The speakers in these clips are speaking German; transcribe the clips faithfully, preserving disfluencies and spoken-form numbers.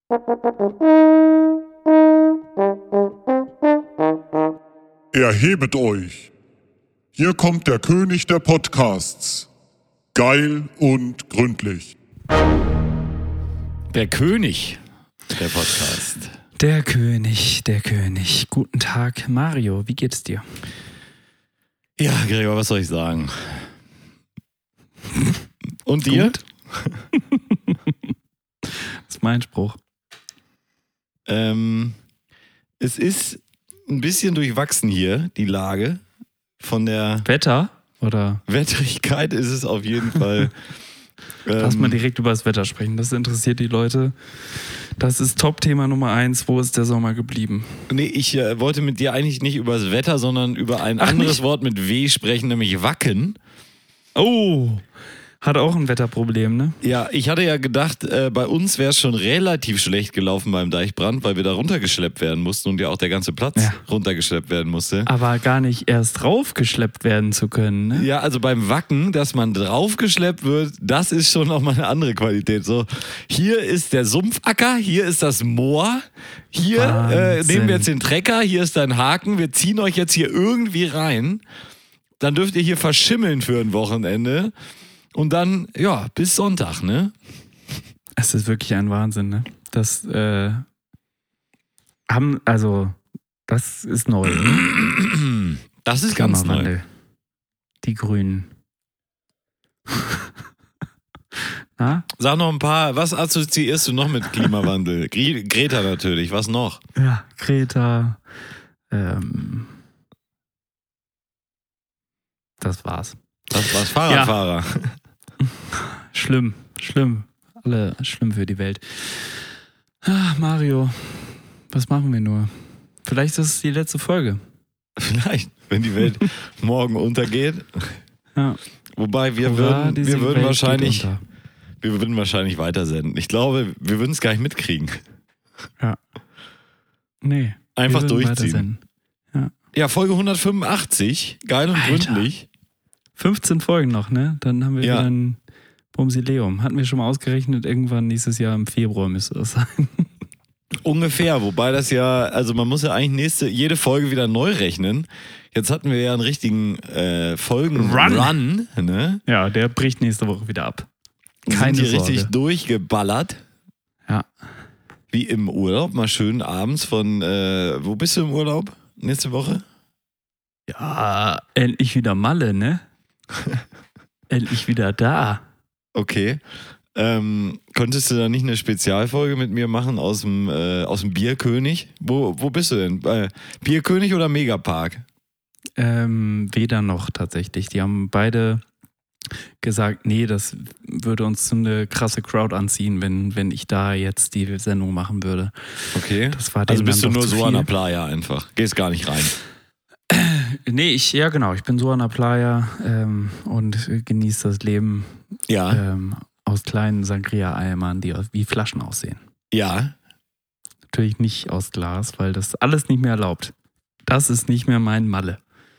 Erhebet euch! Hier kommt der König der Podcasts. Geil und gründlich. Der König der Podcast. Der König, der König. Guten Tag, Mario. Wie geht's dir? Ja, Gregor, was soll ich sagen? Und dir? Das ist mein Spruch. Ähm, es ist ein bisschen durchwachsen hier, die Lage. Von der Wetter? Oder? Wetterigkeit ist es auf jeden Fall. ähm, Lass mal direkt über das Wetter sprechen. Das interessiert die Leute. Das ist Top-Thema Nummer eins. Wo ist der Sommer geblieben? Nee, ich äh, wollte mit dir eigentlich nicht über das Wetter, sondern über ein Ach, anderes nicht? Wort mit W sprechen, nämlich Wacken. Oh, hat auch ein Wetterproblem, ne? Ja, ich hatte ja gedacht, äh, bei uns wäre es schon relativ schlecht gelaufen beim Deichbrand, weil wir da runtergeschleppt werden mussten und ja auch der ganze Platz Ja. runtergeschleppt werden musste. Aber gar nicht erst raufgeschleppt werden zu können, ne? Ja, also beim Wacken, dass man draufgeschleppt wird, das ist schon nochmal eine andere Qualität. So, hier ist der Sumpfacker, hier ist das Moor, hier äh, Wahnsinn. nehmen wir jetzt den Trecker, hier ist dein Haken, wir ziehen euch jetzt hier irgendwie rein, dann dürft ihr hier verschimmeln für ein Wochenende und dann, ja, bis Sonntag, ne? Es ist wirklich ein Wahnsinn, ne? Das, äh, haben, also, das ist neu, ne? Das ist ganz neu. Klimawandel. Die Grünen. Na? Sag noch ein paar, was assoziierst du noch mit Klimawandel? Gre- Greta natürlich, was noch? Ja, Greta. Ähm, das war's. Das war's, Fahrradfahrer. Schlimm, schlimm. Alle schlimm für die Welt. Ah, Mario, was machen wir nur? Vielleicht ist es die letzte Folge. Vielleicht, wenn die Welt morgen untergeht. Ja. Wobei wir Hurra, würden, diese wir würden Welt wahrscheinlich, geht unter. wir würden wahrscheinlich weitersenden. Ich glaube, wir würden es gar nicht mitkriegen. Ja. Nee. Einfach wir würden durchziehen. weitersenden. Ja, Folge hundertfünfundachtzig, geil und Alter. gründlich. fünfzehn Folgen noch, ne? Dann haben wir Ja. wieder ein Bumsileum. Hatten wir schon mal ausgerechnet, irgendwann nächstes Jahr im Februar müsste das sein. Ungefähr, wobei das ja, also man muss ja eigentlich nächste, jede Folge wieder neu rechnen. Jetzt hatten wir ja einen richtigen äh, Folgen-Run, ne? Ja, der bricht nächste Woche wieder ab. Keine Sind die Sorge. richtig durchgeballert. Ja. Wie im Urlaub, mal schön abends von, äh, wo bist du im Urlaub nächste Woche? Ja, endlich wieder Malle, ne? Endlich wieder da. Okay. Ähm, könntest du da nicht eine Spezialfolge mit mir machen aus dem, äh, aus dem Bierkönig? Wo, wo bist du denn? Äh, Bierkönig oder Megapark? Ähm, weder noch tatsächlich. Die haben beide gesagt, nee, das würde uns so eine krasse Crowd anziehen, wenn, wenn ich da jetzt die Sendung machen würde. Okay. Das war Also denen bist du dann doch nur zu so an der viel. Playa einfach. Gehst gar nicht rein. Nee, ich, ja genau, ich bin so an der Playa ähm, und genieße das Leben Ja. ähm, aus kleinen Sangria-Eimern, die aus- wie Flaschen aussehen. Ja. Natürlich nicht aus Glas, weil das alles nicht mehr erlaubt. Das ist nicht mehr mein Malle.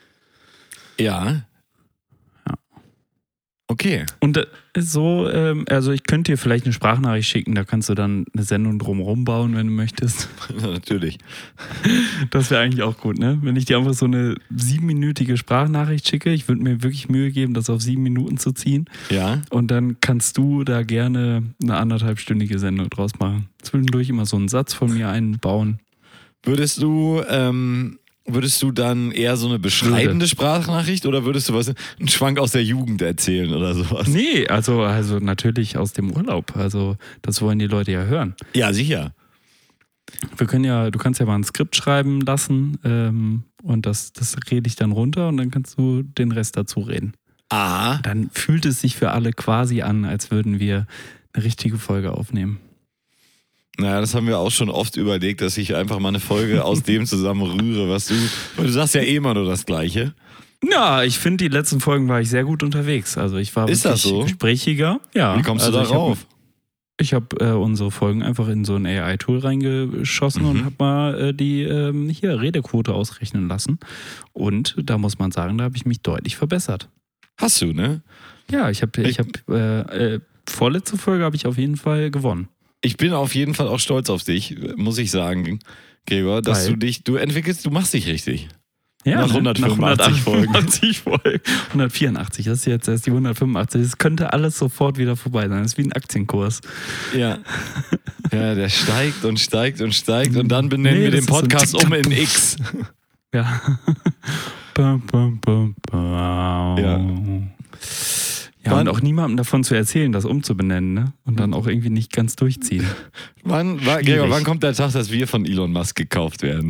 Ja. Ja. Okay. Und äh, so, ähm, also ich könnte dir vielleicht eine Sprachnachricht schicken, da kannst du dann eine Sendung drumherum bauen, wenn du möchtest. Natürlich. Das wäre eigentlich auch gut, ne? Wenn ich dir einfach so eine siebenminütige Sprachnachricht schicke, ich würde mir wirklich Mühe geben, das auf sieben Minuten zu ziehen. Ja. Und dann kannst du da gerne eine anderthalbstündige Sendung draus machen. Zwischendurch immer so einen Satz von mir einbauen. Würdest du, ähm, würdest du dann eher so eine beschreibende Sprachnachricht oder würdest du was, einen Schwank aus der Jugend erzählen oder sowas? Nee, also, also natürlich aus dem Urlaub. Also das wollen die Leute ja hören. Ja, sicher. Wir können ja, du kannst ja mal ein Skript schreiben lassen ähm, und das, das rede ich dann runter und dann kannst du den Rest dazu reden. Ah. Dann fühlt es sich für alle quasi an, als würden wir eine richtige Folge aufnehmen. Naja, das haben wir auch schon oft überlegt, dass ich einfach mal eine Folge aus dem zusammen rühre, was du, weil du sagst ja eh immer nur das Gleiche. Ja, ich finde, die letzten Folgen war ich sehr gut unterwegs. Also ich war Ist wirklich das so? gesprächiger. Ja. Wie kommst also du ich hab- darauf? Ich habe äh, unsere Folgen einfach in so ein A I-Tool reingeschossen Mhm. und habe mal äh, die ähm, hier Redequote ausrechnen lassen. Und da muss man sagen, da habe ich mich deutlich verbessert. Hast du, ne? Ja, ich habe, ich Ich- habe äh, äh, vorletzte Folge habe ich auf jeden Fall gewonnen. ich bin auf jeden Fall auch stolz auf dich, muss ich sagen, Gregor, dass Weil? du dich, du entwickelst, du machst dich richtig. Ja, Nach ne? hundertfünfundachtzig Folgen. hundertachtzig Folgen. hundertvierundachtzig, das ist jetzt erst die hundertfünfundachtzig. Es könnte alles sofort wieder vorbei sein. Das ist wie ein Aktienkurs. Ja. Ja, der steigt und steigt und steigt und dann benennen Nee, wir das den ist so ein Podcast um in TikTok. X. Ja. bum, bum, bum, bum. Ja. Ja, Wann- und auch niemandem davon zu erzählen, das umzubenennen, ne? Und dann auch irgendwie nicht ganz durchziehen. Wann, wann, Schwierig. Gregor, wann kommt der Tag, dass wir von Elon Musk gekauft werden?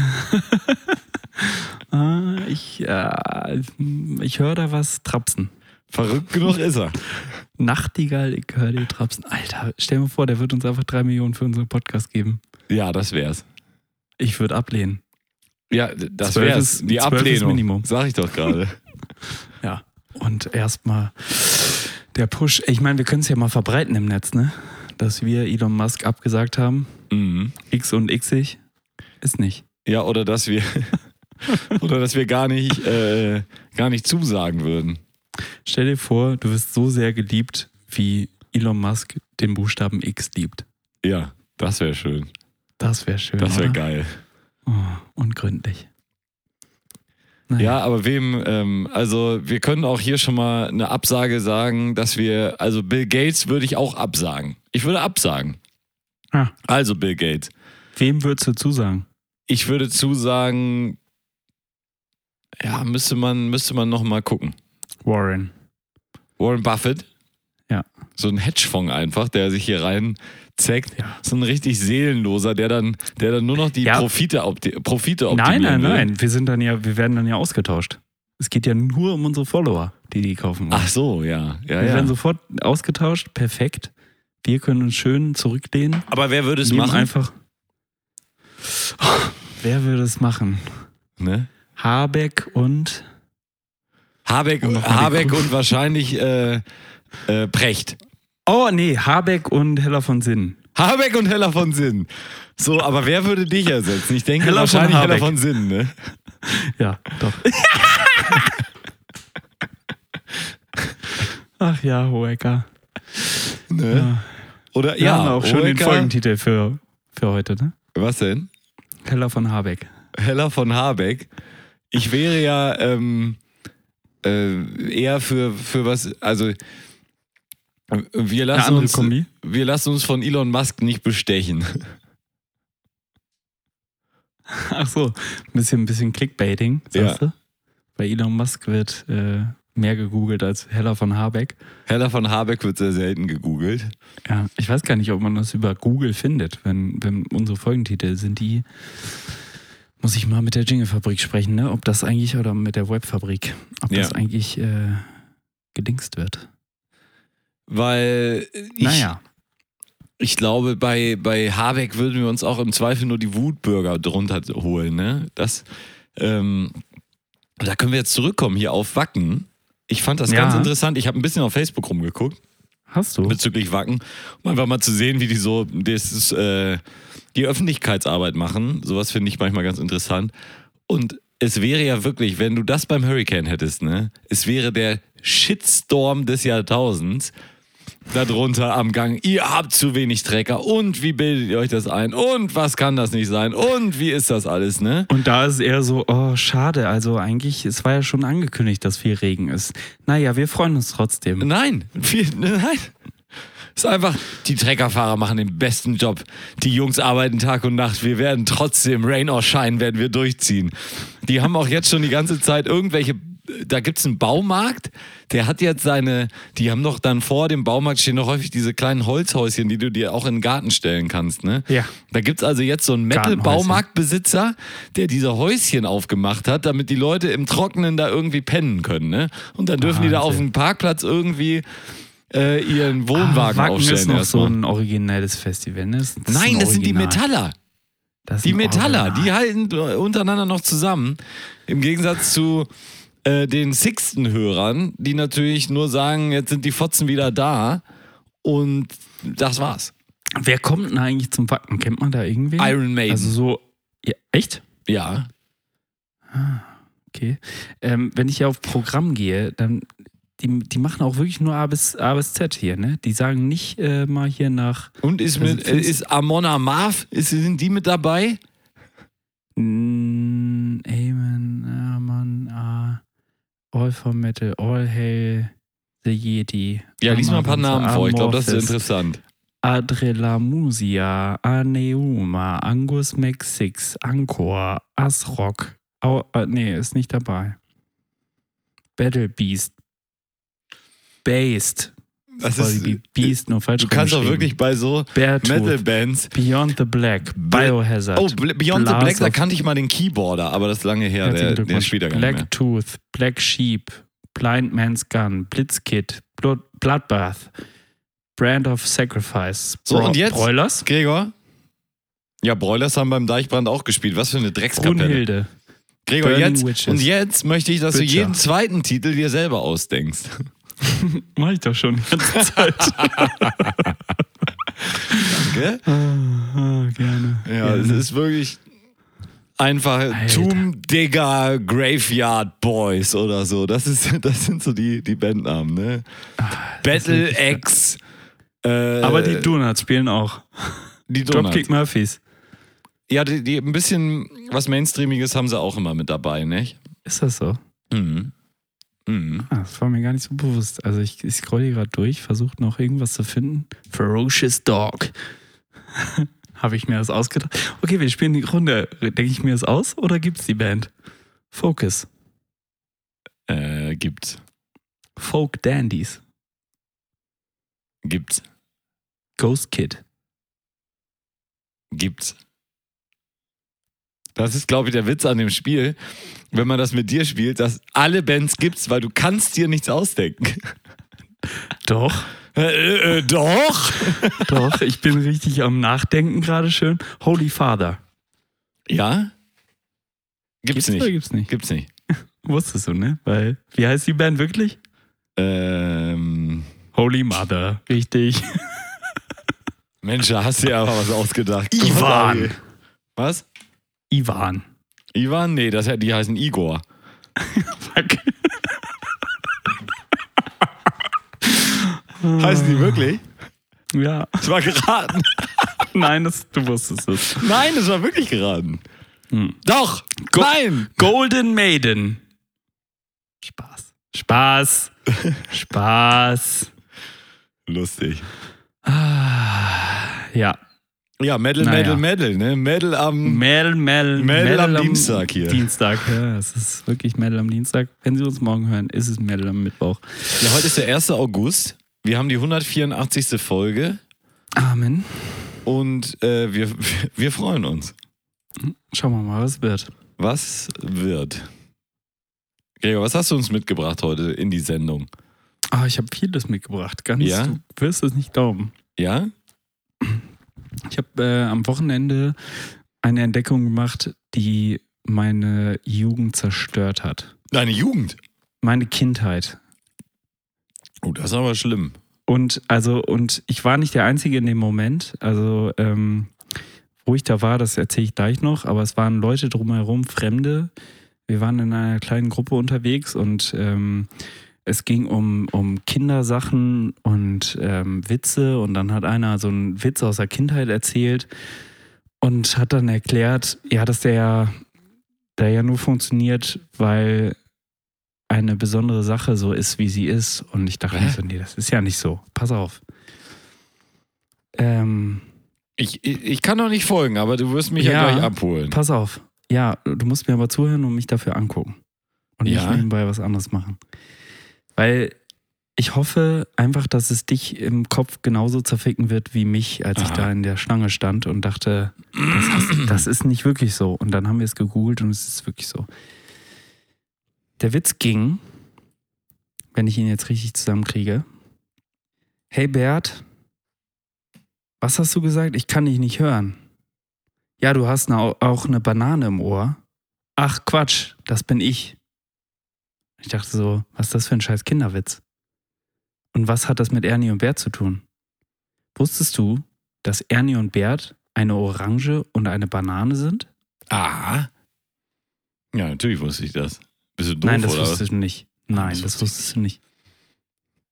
Ah, ich, äh, ich höre da was trapsen. Verrückt genug ist er. Nachtigall, ich höre dir trapsen. Alter, stell mir vor, der wird uns einfach drei Millionen für unseren Podcast geben. Ja, das wär's. Ich würde ablehnen. Ja, das Zwölf wär's. ist- Die zwölf ist Ablehnung. Minimum. Sag ich doch gerade. Ja. Und erstmal der Push. Ich meine, wir können es ja mal verbreiten im Netz, ne? Dass wir Elon Musk abgesagt haben. Mhm. X und Xig ist nicht. Ja, oder dass wir oder dass wir gar nicht, äh, gar nicht zusagen würden. Stell dir vor, du wirst so sehr geliebt, wie Elon Musk den Buchstaben X liebt. Ja, das wäre schön. Das wäre schön. Das wäre oder? geil. Oh, ungründlich. Naja. Ja, aber wem, ähm, also wir können auch hier schon mal eine Absage sagen, dass wir, also Bill Gates würde ich auch absagen. Ich würde absagen. Ah. Also Bill Gates. Wem würdest du zusagen? Ich würde zusagen, ja, müsste man, müsste man noch mal gucken. Warren. Warren Buffett. Ja. So ein Hedgefonds einfach, der sich hier rein zeckt. Ja. So ein richtig Seelenloser, der dann, der dann nur noch die Ja. Profite, opti- Profite optimieren Nein, nein, will. nein. Wir sind dann ja, wir werden dann ja ausgetauscht. Es geht ja nur um unsere Follower, die die kaufen wollen. Ach so, ja. ja, wir ja. werden sofort ausgetauscht. Perfekt. Wir können uns schön zurücklehnen. Aber wer würde es Nehmen machen? einfach. Wer würde es machen? Ne? Habeck und. Habeck, Und noch mal die Habeck Grü- und wahrscheinlich äh, äh, Precht. Oh, nee, Habeck und Hella von Sinn. Habeck und Hella von Sinn. So, aber wer würde dich ersetzen? Ich denke Hella von wahrscheinlich Hella Habeck. von Sinn, ne? Ja, doch. Ach ja, Hoeker. ne? Ja. Oder Wir ja, haben auch schon den Hoeker- Folgentitel für, für heute, ne? Was denn? Hella von Habeck. Hella von Habeck. Ich wäre ja ähm, äh, eher für, für was, also äh, wir Eine lassen, andere uns, Kombi. wir lassen uns von Elon Musk nicht bestechen. Ach so, ein bisschen, ein bisschen Clickbaiting, sagst du? Bei Elon Musk wird äh, mehr gegoogelt als Hella von Habeck. Hella von Habeck wird sehr selten gegoogelt. Ja, ich weiß gar nicht, ob man das über Google findet, wenn, wenn unsere Folgentitel sind, die muss ich mal mit der Jingle-Fabrik sprechen, ne? Ob das eigentlich, oder mit der Webfabrik, ob Ja. das eigentlich äh, gedingst wird. Weil ich, Naja. ich glaube, bei, bei Habeck würden wir uns auch im Zweifel nur die Wutbürger drunter holen. Ne? Das, ähm, da können wir jetzt zurückkommen hier auf Wacken. Ich fand das Ja. ganz interessant. Ich habe ein bisschen auf Facebook rumgeguckt Hast du? bezüglich Wacken, um einfach mal zu sehen, wie die so das ist, äh, die Öffentlichkeitsarbeit machen. Sowas finde ich manchmal ganz interessant. Und es wäre ja wirklich, wenn du das beim Hurricane hättest, ne, es wäre der Shitstorm des Jahrtausends darunter am Gang. Ihr habt zu wenig Trecker und wie bildet ihr euch das ein und was kann das nicht sein und wie ist das alles, ne? Und da ist eher so, oh, schade, also eigentlich, es war ja schon angekündigt, dass viel Regen ist. Naja, wir freuen uns trotzdem. Nein, viel, nein. Es ist einfach, die Treckerfahrer machen den besten Job. Die Jungs arbeiten Tag und Nacht. Wir werden trotzdem, Rain or Shine, werden wir durchziehen. Die haben auch jetzt schon die ganze Zeit irgendwelche, da gibt es einen Baumarkt, der hat jetzt seine, die haben doch dann vor dem Baumarkt stehen noch häufig diese kleinen Holzhäuschen, die du dir auch in den Garten stellen kannst, ne? Ja. Da gibt es also jetzt so einen Metal-Baumarktbesitzer, der diese Häuschen aufgemacht hat, damit die Leute im Trockenen da irgendwie pennen können, ne? Und dann dürfen die da auf Wahnsinn. dem Parkplatz irgendwie äh, ihren Wohnwagen Ah, Wacken aufstellen. ist noch so erstmal. ein originelles Festival, ne? Das ist Nein, ein das sind die Original. Metaller. Das ist Die ein Metaller, Original. die halten untereinander noch zusammen. Im Gegensatz zu äh, den Sixten-Hörern, die natürlich nur sagen, jetzt sind die Fotzen wieder da. Und das war's. Wer kommt denn eigentlich zum Wacken? Kennt man da irgendwie? Iron Maiden. Also so, ja, echt? Ja. Okay. Ähm, wenn ich ja auf Programm gehe, dann die, die machen auch wirklich nur A bis, A bis Z hier, ne? Die sagen nicht äh, mal hier nach... Und ist, mit, Also, ist Amon Amarth, ist, sind die mit dabei? Mm, Amen, Amen, ah, All for Metal, All Hail the Yeti. Ja, lies mal ein paar Namen vor, ich glaube, das ist Amorphis, interessant. Adrelamusia, Aneuma, Angus Mac six, Angkor, Asrock. Au, äh, nee, ist nicht dabei. Battle Beast. Based. Das Sorry, ist, wie Beast, nur falsch du kannst doch rumgeschrieben. wirklich bei so Beartooth, Metal-Bands. Beyond the Black, Biohazard. Oh, Bl- Beyond the Blast Black, da of- kannte ich mal den Keyboarder, aber das ist lange her, Herzlichen der, der Glückwunsch. spielt ja gar nicht mehr. Blacktooth, Black Sheep, Blind Man's Gun, Blitzkid, Blood, Bloodbath, Brand of Sacrifice. So, und jetzt? Broilers? Gregor? Ja, Broilers haben beim Deichbrand auch gespielt. Was für eine Dreckskapelle. Brunhilde. Gregor, Burning jetzt, Witches. und jetzt möchte ich, dass du Witcher. jeden zweiten Titel dir selber ausdenkst. Mach ich doch schon die ganze Zeit. Danke. ah, ah, gerne. Ja, gerne. es ist wirklich einfach Alter. Tomb Digger Graveyard Boys oder so. Das, ist, das sind so die, die Bandnamen, ne? Battle X. Äh, Aber die Donuts spielen auch. die Donuts. Dropkick Murphys. Ja, die, die ein bisschen was Mainstreamiges haben sie auch immer mit dabei, nicht? Ist das so? Mhm. Mhm. Ah, das war mir gar nicht so bewusst. Also ich, ich scroll hier gerade durch, versuche noch irgendwas zu finden. Ferocious Dog. Habe ich mir das ausgedacht? Okay, wir spielen die Runde. Denke ich mir das aus oder gibt's die Band? Focus. Äh, gibt's. Folk Dandies. Gibt's. Ghost Kid. Gibt's. Das ist, glaube ich, der Witz an dem Spiel, wenn man das mit dir spielt, dass alle Bands gibt's, weil du kannst dir nichts ausdenken. Doch. Äh, äh, doch. Doch, ich bin richtig am Nachdenken gerade schön. Holy Father. Ja? Gibt's, Oder nicht. gibt's nicht? Gibt's nicht. Wusstest du, ne? Weil, wie heißt die Band wirklich? Ähm, Holy Mother. Richtig. Mensch, da hast du ja aber was ausgedacht. Ivan. Was? Ivan. Ivan? Nee, das, die heißen Igor. Fuck. Heißen die wirklich? Ja. Das war geraten. Nein, das, du wusstest es. Nein, das war wirklich geraten. Hm. Doch. Go- Nein. Golden Maiden. Spaß. Spaß. Spaß. Lustig. Ah, ja. Ja, Metal, Naja. Metal, Metal, ne? Metal am... Mel, Mel, Mel am Dienstag hier. Dienstag, ja. Es ist wirklich Mel am Dienstag. Wenn Sie uns morgen hören, ist es Mel am Mittwoch. Ja, heute ist der erste August. Wir haben die hundertvierundachtzigste Folge Amen. und äh, wir, wir freuen uns. Schauen wir mal, was wird. Was wird? Gregor, was hast du uns mitgebracht heute in die Sendung? Ah, ich habe vieles mitgebracht. Ganz, Ja? du wirst es nicht glauben. Ja? Ich habe äh, am Wochenende eine Entdeckung gemacht, die meine Jugend zerstört hat. Deine Jugend? Meine Kindheit. Oh, das ist aber schlimm. Und also, und ich war nicht der Einzige in dem Moment. Also, ähm, wo ich da war, das erzähle ich gleich noch, aber es waren Leute drumherum, Fremde. Wir waren in einer kleinen Gruppe unterwegs und ähm, es ging um, um Kindersachen und ähm, Witze und dann hat einer so einen Witz aus der Kindheit erzählt und hat dann erklärt, ja, dass der, der ja nur funktioniert, weil eine besondere Sache so ist, wie sie ist. Und ich dachte Hä? mir so, nee, das ist ja nicht so. Pass auf. Ähm, Ich, ich, ich kann doch nicht folgen, aber du wirst mich ja, Ja. gleich abholen. pass auf. Ja, du musst mir aber zuhören und mich dafür angucken. Und Ja. nicht nebenbei was anderes machen. Weil ich hoffe einfach, dass es dich im Kopf genauso zerficken wird wie mich, als ich Aha. da in der Schlange stand und dachte, das, hast, das ist nicht wirklich so. Und dann haben wir es gegoogelt und es ist wirklich so. Der Witz ging, wenn ich ihn jetzt richtig zusammenkriege. Hey Bert, was hast du gesagt? Ich kann dich nicht hören. Ja, du hast eine, auch eine Banane im Ohr. Ach Quatsch, das bin ich. Ich dachte so, was ist das für ein scheiß Kinderwitz? Und was hat das mit Ernie und Bert zu tun? Wusstest du, dass Ernie und Bert eine Orange und eine Banane sind? Ah. Ja, natürlich wusste ich das. Bist du doof, Nein, das oder was? wusstest du nicht. Nein, das das wusste ich wusstest du nicht.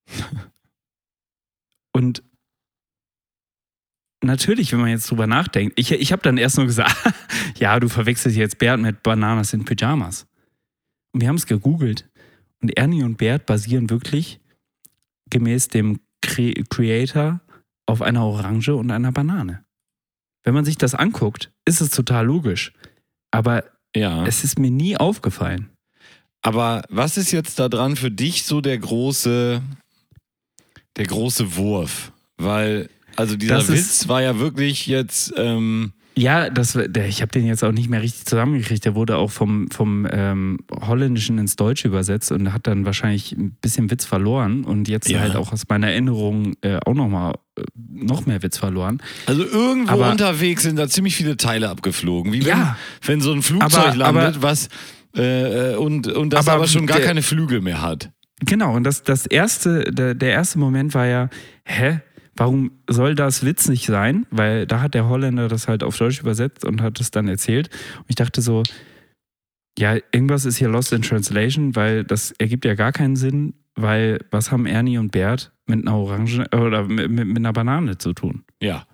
Und natürlich, wenn man jetzt drüber nachdenkt, ich, ich habe dann erst nur gesagt, ja, du verwechselst jetzt Bert mit Bananas in Pyjamas. Und wir haben es gegoogelt. Und Ernie und Bert basieren wirklich gemäß dem Cre- Creator auf einer Orange und einer Banane. Wenn man sich das anguckt, ist es total logisch. Aber Ja. es ist mir nie aufgefallen. Aber was ist jetzt da dran für dich so der große, der große Wurf? Weil, also dieser Das ist- Witz war ja wirklich jetzt, ähm, Ja, das, der, ich habe den jetzt auch nicht mehr richtig zusammengekriegt. Der wurde auch vom, vom ähm, Holländischen ins Deutsche übersetzt und hat dann wahrscheinlich ein bisschen Witz verloren und jetzt Ja. halt auch aus meiner Erinnerung äh, auch nochmal äh, noch mehr Witz verloren. also irgendwo Aber- unterwegs sind da ziemlich viele Teile abgeflogen. Wie wenn, Ja. wenn so ein Flugzeug Aber- landet, aber- was äh, und, und das aber, Aber schon gar der- keine Flügel mehr hat. Genau, und das, das erste, der, der erste Moment war ja, hä? Warum soll das witzig sein? Weil da hat der Holländer das halt auf Deutsch übersetzt und hat es dann erzählt. Und ich dachte so, ja, irgendwas ist hier lost in translation, weil das ergibt ja gar keinen Sinn, weil was haben Ernie und Bert mit einer Orange oder mit, mit, mit einer Banane zu tun? Ja.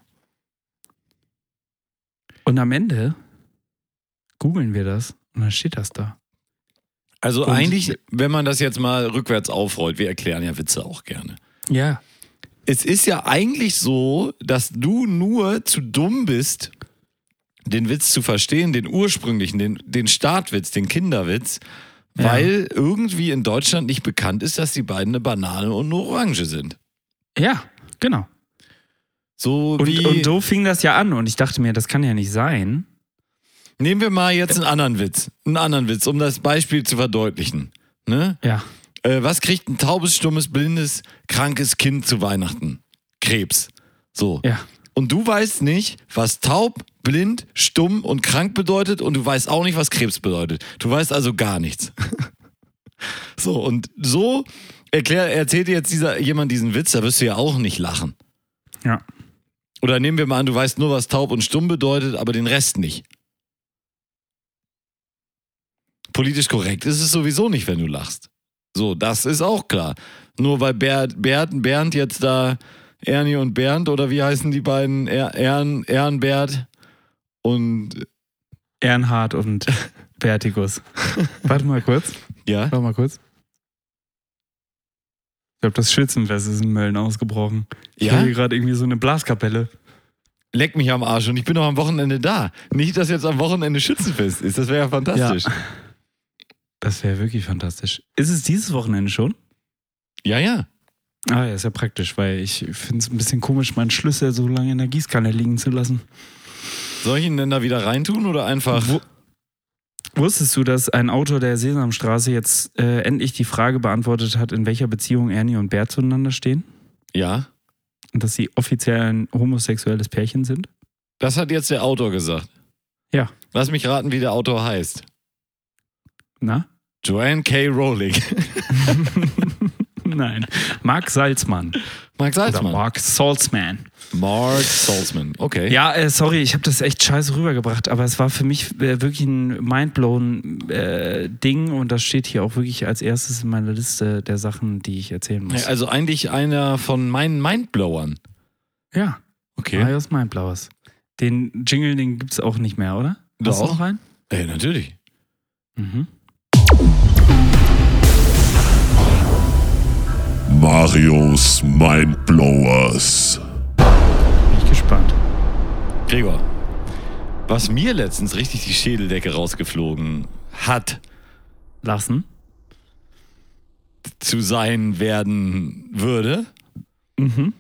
Und am Ende googeln wir das und dann steht das da. Also Und- eigentlich, wenn man das jetzt mal rückwärts aufrollt, wir erklären ja Witze auch gerne. Ja. Es ist ja eigentlich so, dass du nur zu dumm bist, den Witz zu verstehen, den ursprünglichen, den, den Startwitz, den Kinderwitz, Ja. weil irgendwie in Deutschland nicht bekannt ist, dass die beiden eine Banane und eine Orange sind. Ja, genau. So Und, wie, und so fing das ja an und ich dachte mir, das kann ja nicht sein. nehmen wir mal jetzt einen anderen Witz, einen anderen Witz, um das Beispiel zu verdeutlichen. Ne? Ja. Äh, was kriegt ein taubes, stummes, blindes, krankes Kind zu Weihnachten? Krebs. So. Ja. Und du weißt nicht, was taub, blind, stumm und krank bedeutet und du weißt auch nicht, was Krebs bedeutet. Du weißt also gar nichts. So, und so erklär, erzählt dir jetzt dieser, jemand diesen Witz, da wirst du ja auch nicht lachen. Ja. Oder nehmen wir mal an, du weißt nur, was taub und stumm bedeutet, aber den Rest nicht. Politisch korrekt ist es sowieso nicht, wenn du lachst. So, das ist auch klar. Nur weil Bert, Bert und Bernd jetzt da, Ernie und Bernd, oder wie heißen die beiden? Er, Ern, Ehrenbert und, Ernhard und Bertikus. Warte mal kurz. ja, Warte mal kurz. Ich glaube, das Schützenfest ist in Mölln ausgebrochen. Ich Ja? höre hier gerade irgendwie so eine Blaskapelle. leck mich am Arsch und ich bin noch am Wochenende da. Nicht, dass jetzt am Wochenende Schützenfest ist, das wäre ja fantastisch. Ja. Das wäre wirklich fantastisch. Ist es dieses Wochenende schon? Ja, ja. Ah ja, ist ja praktisch, weil ich finde es ein bisschen komisch, meinen Schlüssel so lange in der Gießkanne liegen zu lassen. Soll ich ihn denn da wieder reintun oder einfach... Wo, wusstest du, dass ein Autor der Sesamstraße jetzt äh, endlich die Frage beantwortet hat, in welcher Beziehung Ernie und Bert zueinander stehen? Ja, Und dass sie offiziell ein homosexuelles Pärchen sind? das hat jetzt der Autor gesagt. Ja. Lass mich raten, wie der Autor heißt. Na? Joanne K. Rowling. Nein. Mark Salzmann. Mark Oder Salzman. Mark Salzman. Mark Salzman, okay. Ja, äh, sorry, ich habe das echt scheiße rübergebracht, aber es war für mich äh, wirklich ein mindblown äh, Ding und das steht hier auch wirklich als erstes in meiner Liste der Sachen, die ich erzählen muss. Also eigentlich einer von meinen Mindblowern. Ja, Okay. Marius Mindblowers. Den Jingle, den gibt's auch nicht mehr, oder? Hast du Doch. noch einen? Ey, natürlich. Mhm. Marios Mindblowers. Bin ich gespannt. Gregor, was mir letztens richtig die Schädeldecke rausgeflogen hat, Lassen? zu sein werden würde, Mhm.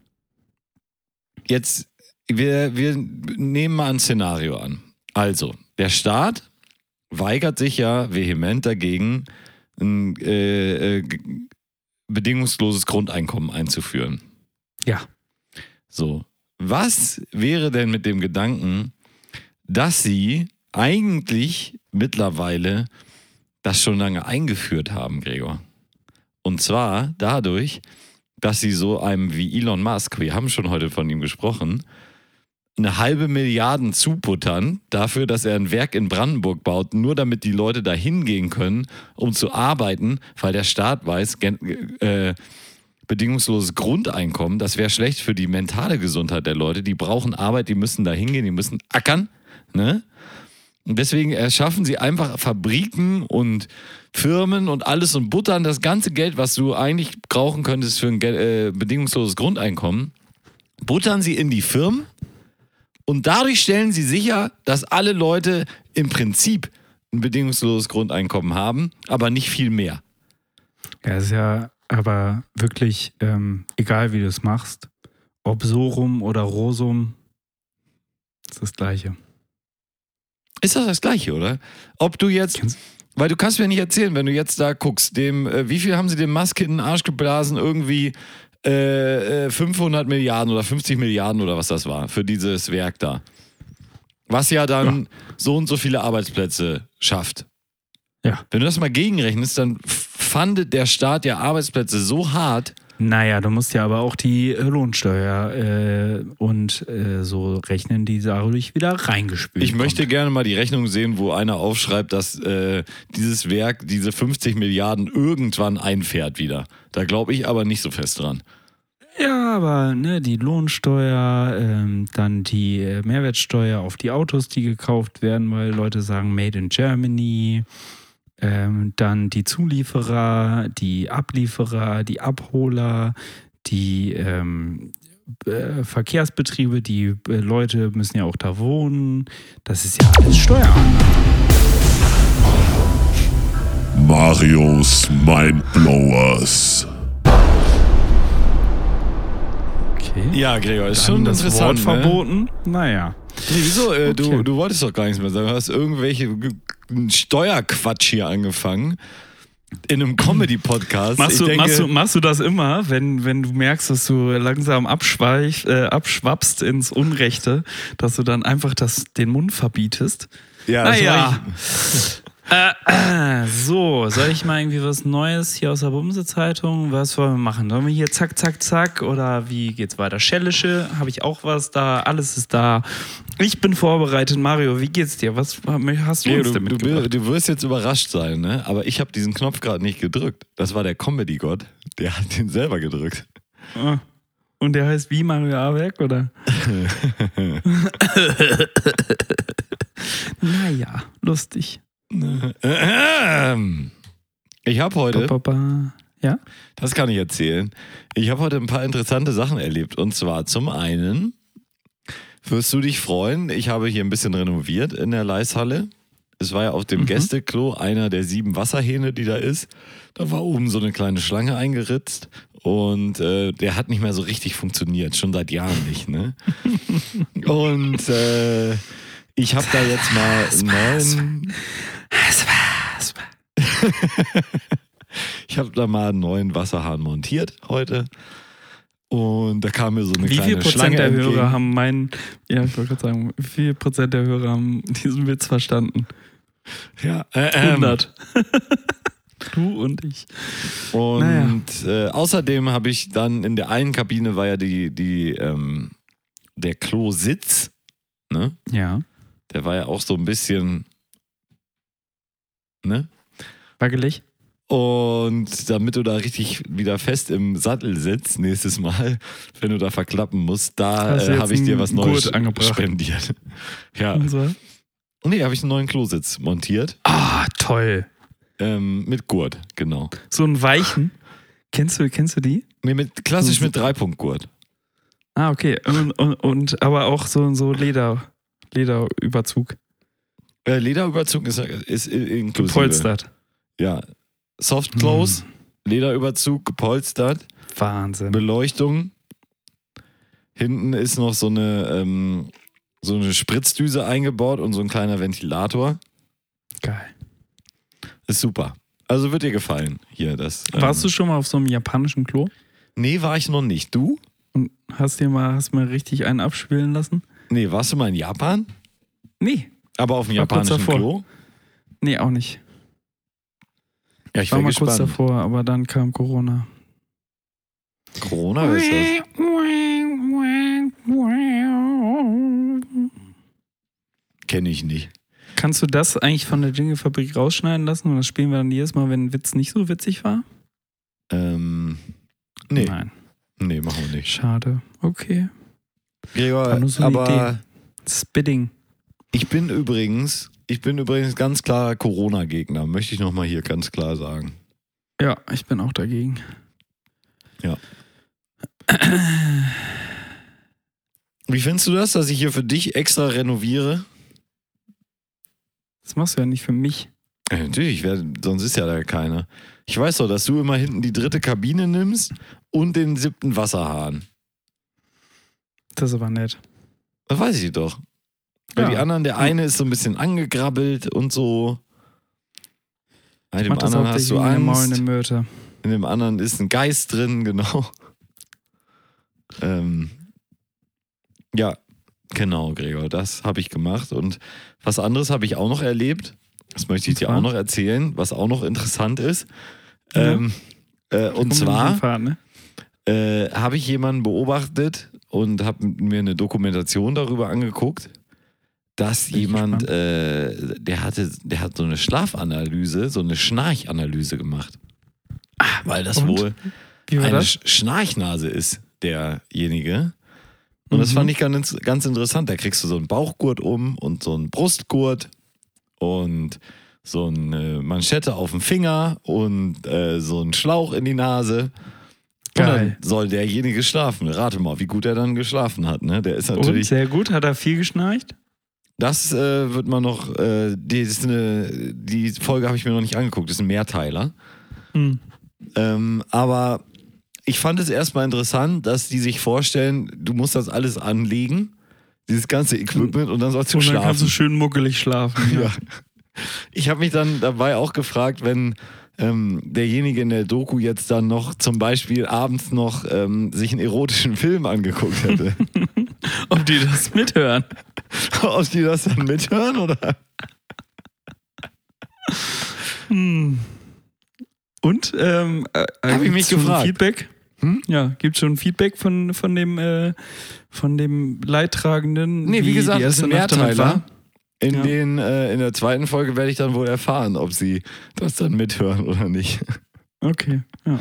jetzt, wir, wir nehmen mal ein Szenario an. Also, der Staat weigert sich ja vehement dagegen, ein äh, äh, g- bedingungsloses Grundeinkommen einzuführen. Ja. So, was wäre denn mit dem Gedanken, dass sie eigentlich mittlerweile das schon lange eingeführt haben, Gregor? Und zwar dadurch, dass sie so einem wie Elon Musk, wir haben schon heute von ihm gesprochen, eine halbe Milliarde zuputtern dafür, dass er ein Werk in Brandenburg baut, nur damit die Leute da hingehen können, um zu arbeiten, weil der Staat weiß, gen- äh, bedingungsloses Grundeinkommen, das wäre schlecht für die mentale Gesundheit der Leute. Die brauchen Arbeit, die müssen da hingehen, die müssen ackern. Ne? Und deswegen erschaffen sie einfach Fabriken und Firmen und alles und buttern das ganze Geld, was du eigentlich brauchen könntest für ein äh, bedingungsloses Grundeinkommen, buttern sie in die Firmen und dadurch stellen sie sicher, dass alle Leute im Prinzip ein bedingungsloses Grundeinkommen haben, aber nicht viel mehr. Ja, ist ja aber wirklich ähm, egal, wie du es machst, ob so rum oder rosum, ist das Gleiche. Ist das das Gleiche, oder? Ob du jetzt, weil du kannst mir nicht erzählen, wenn du jetzt da guckst, dem, äh, wie viel haben sie dem Musk in den Arsch geblasen? Irgendwie äh, fünfhundert Milliarden oder fünfzig Milliarden oder was das war für dieses Werk da. Was ja dann ja. so und so viele Arbeitsplätze schafft. Ja. Wenn du das mal gegenrechnest, dann fandet der Staat ja Arbeitsplätze so hart. Naja, du musst ja aber auch die Lohnsteuer äh, und äh, so rechnen, die dadurch wieder reingespült Ich kommt. möchte gerne mal die Rechnung sehen, wo einer aufschreibt, dass äh, dieses Werk diese fünfzig Milliarden irgendwann einfährt wieder. Da glaube ich aber nicht so fest dran. Ja, aber ne, die Lohnsteuer, ähm, dann die äh, Mehrwertsteuer auf die Autos, die gekauft werden, weil Leute sagen Made in Germany. Ähm, dann die Zulieferer, die Ablieferer, die Abholer, die ähm, äh, Verkehrsbetriebe, die äh, Leute müssen ja auch da wohnen. Das ist ja alles Steuern. Marios Mindblowers. Okay. Ja, Gregor, ist Dann schon das interessant. Wort ne? verboten. Naja. Nee, wieso? Äh, Okay. du, du wolltest doch gar nichts mehr sagen. Du hast irgendwelche G- Steuerquatsch hier angefangen. In einem Comedy-Podcast. Machst Ich du, denke, machst, du, machst du das immer, wenn, wenn du merkst, dass du langsam abschweif, äh, abschwappst ins Unrechte, dass du dann einfach das, den Mund verbietest? Ja, das Naja. war Äh, äh, so, soll ich mal irgendwie was Neues hier aus der Bumse-Zeitung? Was wollen wir machen? Sollen wir hier zack, zack, zack? Oder wie geht's weiter? Schellische, habe ich auch was da? Alles ist da. Ich bin vorbereitet. Mario, wie geht's dir? Was hast du Ja, uns du, denn du, mitgebracht? du wirst jetzt überrascht sein, ne? Aber ich habe diesen Knopf gerade nicht gedrückt. Das war der Comedy-Gott. Der hat den selber gedrückt. Ah. Und der heißt wie Mario Aberg, oder? Naja, lustig. Ich habe heute, Ba, ba, ba. Ja? das kann ich erzählen, ich habe heute ein paar interessante Sachen erlebt. Und zwar zum einen, wirst du dich freuen, ich habe hier ein bisschen renoviert in der Leishalle. Es war ja auf dem Mhm. Gästeklo einer der sieben Wasserhähne, die da ist. Da war oben so eine kleine Schlange eingeritzt und äh, der hat nicht mehr so richtig funktioniert, schon seit Jahren nicht. Ne? Und äh, ich habe da jetzt mal einen neuen... Ich habe da mal einen neuen Wasserhahn montiert heute. Und da kam mir so eine Wie kleine viel Prozent Schlange der entgegen. Hörer haben meinen, ja, ich wollte gerade sagen, wie viel Prozent der Hörer haben diesen Witz verstanden? Ja, äh, ähm, hundert. Du und ich. Und äh, außerdem habe ich dann in der einen Kabine war ja die, die, ähm, der Klositz, ne? Ja. Der war ja auch so ein bisschen, ne? Wackelig? Und damit du da richtig wieder fest im Sattel sitzt, nächstes Mal, wenn du da verklappen musst, da Hast du äh, jetzt habe ich dir einen was Neues Gurt angebracht? spendiert. Ja. Und so. Nee, habe ich einen neuen Klositz montiert. Ah, toll. Ähm, mit Gurt, genau. So einen weichen. Kennst du, kennst du die? Nee, mit, klassisch mit Dreipunktgurt. Ah, okay. Und, und, und aber auch so, so Leder, Lederüberzug. Äh, Lederüberzug ist, ist inklusive. Gepolstert. Ja. Soft Close, hm. Lederüberzug, gepolstert, Wahnsinn. Beleuchtung. Hinten ist noch so eine, ähm, so eine Spritzdüse eingebaut und so ein kleiner Ventilator. Geil. Ist super. Also wird dir gefallen hier. Das, ähm, Warst du schon mal auf so einem japanischen Klo? Nee, war ich noch nicht. Du? Und hast dir mal, hast mal richtig einen abspielen lassen? Nee, warst du mal in Japan? Nee. Aber auf dem War kurz japanischen davor. Klo? Nee, auch nicht. Ja, ich War war mal gespannt. kurz davor, aber dann kam Corona. Corona, was ist das? Kenne ich nicht. Kannst du das eigentlich von der Jingle-Fabrik rausschneiden lassen? Und das spielen wir dann jedes Mal, wenn ein Witz nicht so witzig war? Ähm, Nee. Nein. Nee, machen wir nicht. Schade. Okay. Gregor, War nur so eine aber Idee. Spitting. ich bin übrigens, ich bin übrigens ganz klar Corona-Gegner, möchte ich nochmal hier ganz klar sagen. Ja, ich bin auch dagegen. Ja. Wie findest du das, dass ich hier für dich extra renoviere? Das machst du ja nicht für mich. Ja, natürlich, wer, sonst ist ja da keiner. Ich weiß doch, dass du immer hinten die dritte Kabine nimmst und den siebten Wasserhahn. Das ist aber nett. Das weiß ich doch. Bei Ja. die anderen, der eine ist so ein bisschen angegrabbelt und so. Bei Ich dem mach das anderen hast hauptsächlich du wegen der Angst. maulenden Myrte. In dem anderen ist ein Geist drin, genau. ähm, ja, genau, Gregor, das habe ich gemacht. Und was anderes habe ich auch noch erlebt. Das möchte ich Und dir zwar? auch noch erzählen, was auch noch interessant ist. Ja. Ähm, äh, und zwar Fahren, ne? äh, habe ich jemanden beobachtet und habe mir eine Dokumentation darüber angeguckt, dass Bin ich jemand, äh, der hatte, der hat so eine Schlafanalyse, so eine Schnarchanalyse gemacht. Ah, weil das Und? wohl Wie war eine das? Sch- Schnarchnase ist, derjenige. Und das Mhm. fand ich ganz, ganz interessant. Da kriegst du so einen Bauchgurt um und so einen Brustgurt und so eine Manschette auf dem Finger und äh, so einen Schlauch in die Nase. Und Geil. dann soll derjenige schlafen. Rate mal, wie gut er dann geschlafen hat. Ne? Der ist Und natürlich. sehr gut. Hat er viel geschnarcht? Das äh, wird man noch. Äh, die, das ist eine, die Folge habe ich mir noch nicht angeguckt. Das ist ein Mehrteiler. Hm. Ähm, aber ich fand es erstmal interessant, dass die sich vorstellen, du musst das alles anlegen, dieses ganze Equipment, und dann sollst du Und dann schlafen. kannst du schön muckelig schlafen. Ja. Ich habe mich dann dabei auch gefragt, wenn ähm, derjenige in der Doku jetzt dann noch zum Beispiel abends noch ähm, sich einen erotischen Film angeguckt hätte. Ob die das mithören? Ob die das dann mithören oder? Hm. Und ähm, äh, Hab ich mich gibt's schon gefragt. Feedback? Hm? Ja, gibt schon Feedback von, von dem äh, von dem Leidtragenden? Nee, wie gesagt, die das ist ein erste Nacht damit Mehrteiler. war? In, Ja. den, äh, in der zweiten Folge werde ich dann wohl erfahren, ob sie das dann mithören oder nicht. Okay, ja.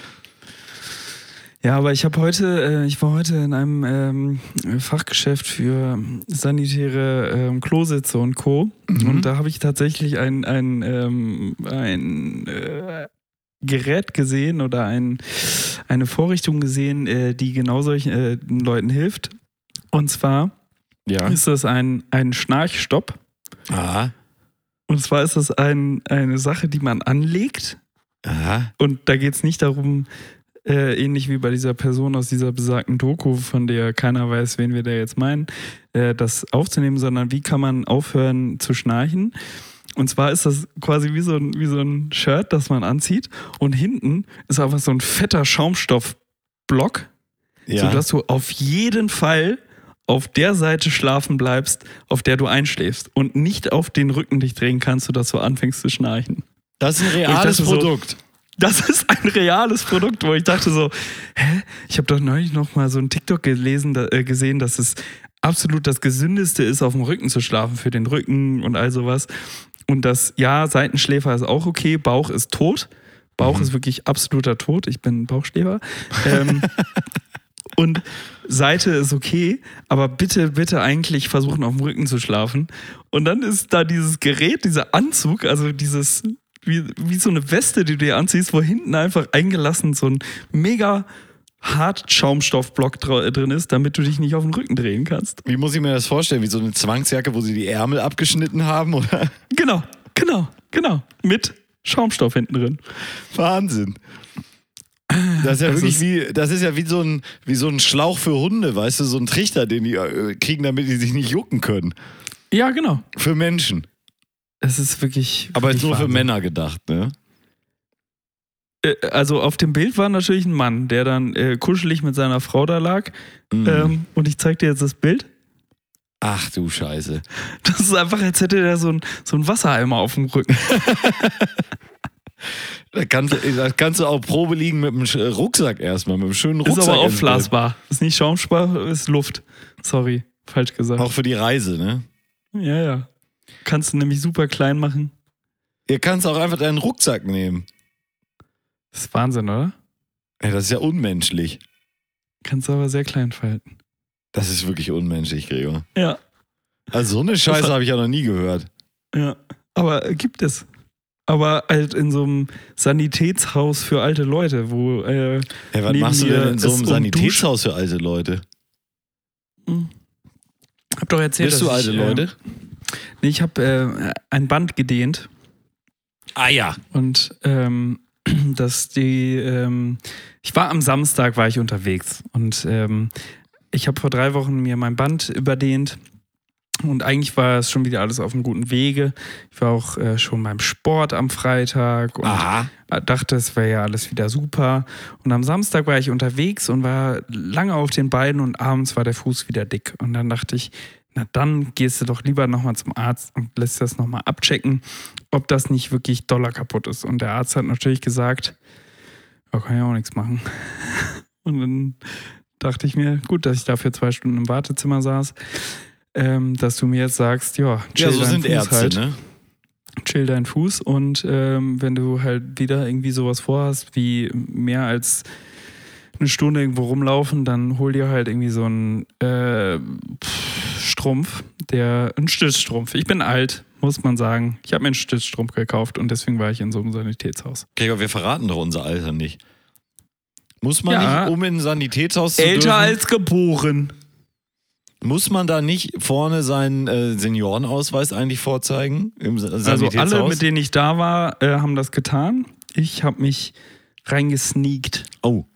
Ja, aber ich habe heute, äh, ich war heute in einem ähm, Fachgeschäft für sanitäre ähm, Klositze und Co. Mhm. Und da habe ich tatsächlich ein, ein, ähm, ein äh, Gerät gesehen oder ein, eine Vorrichtung gesehen, äh, die genau solchen äh, Leuten hilft. Und zwar Ja. ist das ein, ein Schnarchstopp. Aha. Und zwar ist das ein, eine Sache, die man anlegt. Aha. Und da geht es nicht darum, äh, ähnlich wie bei dieser Person aus dieser besagten Doku, von der keiner weiß, wen wir da jetzt meinen, äh, das aufzunehmen, sondern wie kann man aufhören zu schnarchen. Und zwar ist das quasi wie so ein, wie so ein Shirt, das man anzieht. Und hinten ist einfach so ein fetter Schaumstoffblock, Ja. sodass du auf jeden Fall auf der Seite schlafen bleibst, auf der du einschläfst. Und nicht auf den Rücken dich drehen kannst, sodass du anfängst zu schnarchen. Das ist ein Und ich reales dachte so, Produkt. Das ist ein reales Produkt, wo ich dachte so, hä? Ich habe doch neulich noch mal so ein TikTok gelesen, da, äh, gesehen, dass es absolut das Gesündeste ist, auf dem Rücken zu schlafen, für den Rücken und all sowas. Und das, ja, Seitenschläfer ist auch okay, Bauch ist tot. Bauch Mhm. ist wirklich absoluter Tod. Ich bin Bauchschläfer. ähm, und Seite ist okay, aber bitte, bitte eigentlich versuchen, auf dem Rücken zu schlafen. Und dann ist da dieses Gerät, dieser Anzug, also dieses, wie, wie so eine Weste, die du dir anziehst, wo hinten einfach eingelassen so ein mega hart Schaumstoffblock dra- drin ist, damit du dich nicht auf den Rücken drehen kannst. Wie muss ich mir das vorstellen? Wie so eine Zwangsjacke, wo sie die Ärmel abgeschnitten haben? Oder? Genau, genau, genau. Mit Schaumstoff hinten drin. Wahnsinn. Das ist ja Das wirklich ist- wie, das ist ja wie so ein, wie so ein Schlauch für Hunde, weißt du, so ein Trichter, den die äh, kriegen, damit die sich nicht jucken können. Ja, genau. Für Menschen. Es ist wirklich. Aber jetzt wirklich nur für Wahnsinn. Männer gedacht, ne? Äh, Also auf dem Bild war natürlich ein Mann, der dann äh, kuschelig mit seiner Frau da lag. Mhm. Ähm, und ich zeig dir jetzt das Bild. Ach du Scheiße. Das ist einfach, als hätte der so ein, so ein Wassereimer auf dem Rücken. Da kannst, du, da kannst du auch Probe liegen mit einem Sch- Rucksack erstmal, mit einem schönen Rucksack. Ist aber im aufblasbar. Ist nicht Schaumstoff, ist Luft. Sorry, falsch Bett. gesagt. Auch für die Reise, ne? Ja, ja. Kannst du nämlich super klein machen. Ihr kannst auch einfach deinen Rucksack nehmen. Das ist Wahnsinn, oder? Ja, das ist ja unmenschlich. Kannst du aber sehr klein falten. Das ist wirklich unmenschlich, Gregor. Ja. Also so eine Scheiße habe ich ja noch nie gehört. Ja. Aber äh, gibt es. Aber halt in so einem Sanitätshaus für alte Leute, wo. Äh, Hey, was machst du denn in so einem Sanitätshaus für alte Leute? Hm. Hab doch erzählt, Bist du dass alte ich, Leute? Äh, nee, ich habe äh, ein Band gedehnt. Ah ja. Und ähm, dass die. Ähm, ich war am Samstag, war ich unterwegs. Und ähm, ich habe vor drei Wochen mir mein Band überdehnt. Und eigentlich war es schon wieder alles auf einem guten Wege. Ich war auch äh, schon beim Sport am Freitag und Aha. dachte, es wäre ja alles wieder super. Und am Samstag war ich unterwegs und war lange auf den Beinen und abends war der Fuß wieder dick. Und dann dachte ich, na dann gehst du doch lieber nochmal zum Arzt und lässt das nochmal abchecken, ob das nicht wirklich doller kaputt ist. Und der Arzt hat natürlich gesagt, da kann ich auch nichts machen. Und dann dachte ich mir, gut, dass ich dafür zwei Stunden im Wartezimmer saß. Ähm, dass du mir jetzt sagst, ja, chill Ja, so deinen sind Fuß Ärzte, halt, ne? chill deinen Fuß und ähm, wenn du halt wieder irgendwie sowas vorhast, wie mehr als eine Stunde irgendwo rumlaufen, dann hol dir halt irgendwie so einen äh, Strumpf, der, ein Stützstrumpf. Ich bin alt, muss man sagen. Ich habe mir einen Stützstrumpf gekauft und deswegen war ich in so einem Sanitätshaus. Gregor, wir verraten doch unser Alter nicht. Muss man Ja. nicht, um in ein Sanitätshaus zu Älter dürfen, als geboren. muss man da nicht vorne seinen äh, Seniorenausweis eigentlich vorzeigen im Sa- Also Sanitätshaus? alle, mit denen ich da war, äh, haben das getan. Ich habe mich reingesneakt. Oh,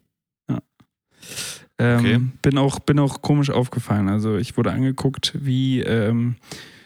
Ähm, Okay. bin, auch, bin auch komisch aufgefallen. Also ich wurde angeguckt, wie ähm,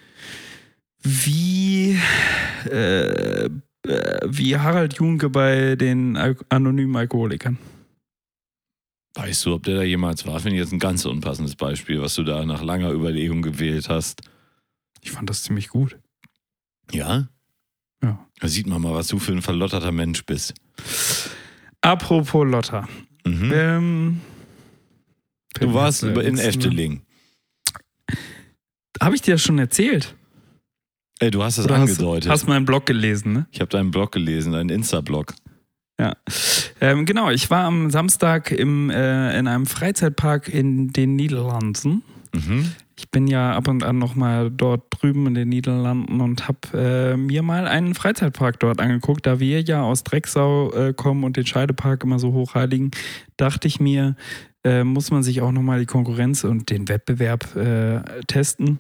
wie äh, äh, wie Harald Junke bei den Al- anonymen Alkoholikern. weißt du, ob der da jemals war? Finde ich jetzt ein ganz unpassendes Beispiel, was du da nach langer Überlegung gewählt hast. Ich fand das ziemlich gut. Ja? Ja. Da sieht man mal, was du für ein verlotterter Mensch bist. Apropos Lotta. Mhm. Ähm, Du warst äh, in jetzt- Efteling. Habe ich dir das schon erzählt? Ey, du hast das Oder angedeutet. Hast, hast meinen Blog gelesen, ne? Ich habe deinen Blog gelesen, deinen Insta-Blog. Ja, ähm, genau. Ich war am Samstag im, äh, in einem Freizeitpark in den Niederlanden. Mhm. Ich bin ja ab und an nochmal dort drüben in den Niederlanden und habe äh, mir mal einen Freizeitpark dort angeguckt. Da wir ja aus Drecksau äh, kommen und den Scheidepark immer so hochheiligen, dachte ich mir, äh, muss man sich auch nochmal die Konkurrenz und den Wettbewerb äh, testen.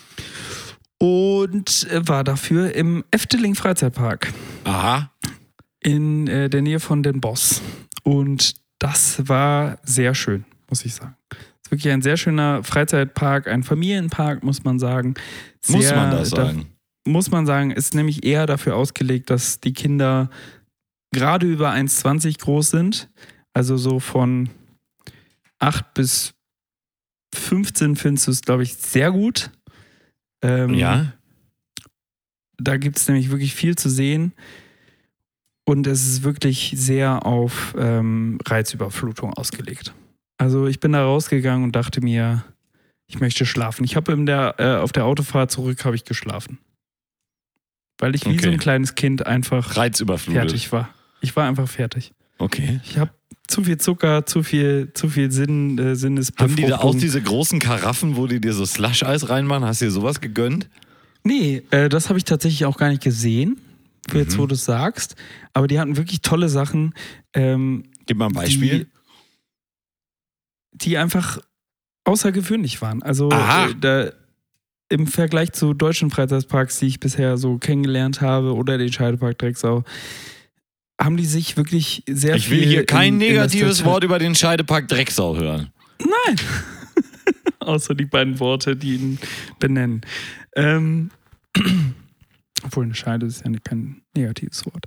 Und äh, war dafür im Efteling Freizeitpark Aha. in äh, der Nähe von Den Bosch. Und das war sehr schön, muss ich sagen. Es ist wirklich ein sehr schöner Freizeitpark, ein Familienpark, muss man sagen. Sehr, Muss man das sagen? Da, muss man sagen, ist nämlich eher dafür ausgelegt, dass die Kinder gerade über eins Komma zwanzig groß sind. Also so von acht bis fünfzehn findest du es, glaube ich, sehr gut. Ähm, Ja? Da gibt es nämlich wirklich viel zu sehen. Und es ist wirklich sehr auf ähm, Reizüberflutung ausgelegt. Also ich bin da rausgegangen und dachte mir, ich möchte schlafen. Ich habe in der, äh, auf der Autofahrt zurück habe ich geschlafen. Weil ich wie Okay. so ein kleines Kind einfach Reizüberflutet. fertig war. Ich war einfach fertig. Okay. Ich habe zu viel Zucker, zu viel, zu viel Sinn, äh, Sinnesbefruchtung. Haben die da auch diese großen Karaffen, wo die dir so Slush-Eis reinmachen? Hast du dir sowas gegönnt? Nee, äh, das habe ich tatsächlich auch gar nicht gesehen, jetzt Mhm. wo du es sagst. Aber die hatten wirklich tolle Sachen, ähm, Gib mal ein Beispiel. die, die einfach außergewöhnlich waren. Also Aha. äh, da, im Vergleich zu deutschen Freizeitparks, die ich bisher so kennengelernt habe, oder den Scheidepark Drecksau, haben die sich wirklich sehr Ich viel will hier kein in, in das negatives Detail- Wort über den Scheidepark Drecksau hören. Nein. Außer die beiden Worte, die ihn benennen. Ähm, obwohl eine Scheide ist ja kein negatives Wort.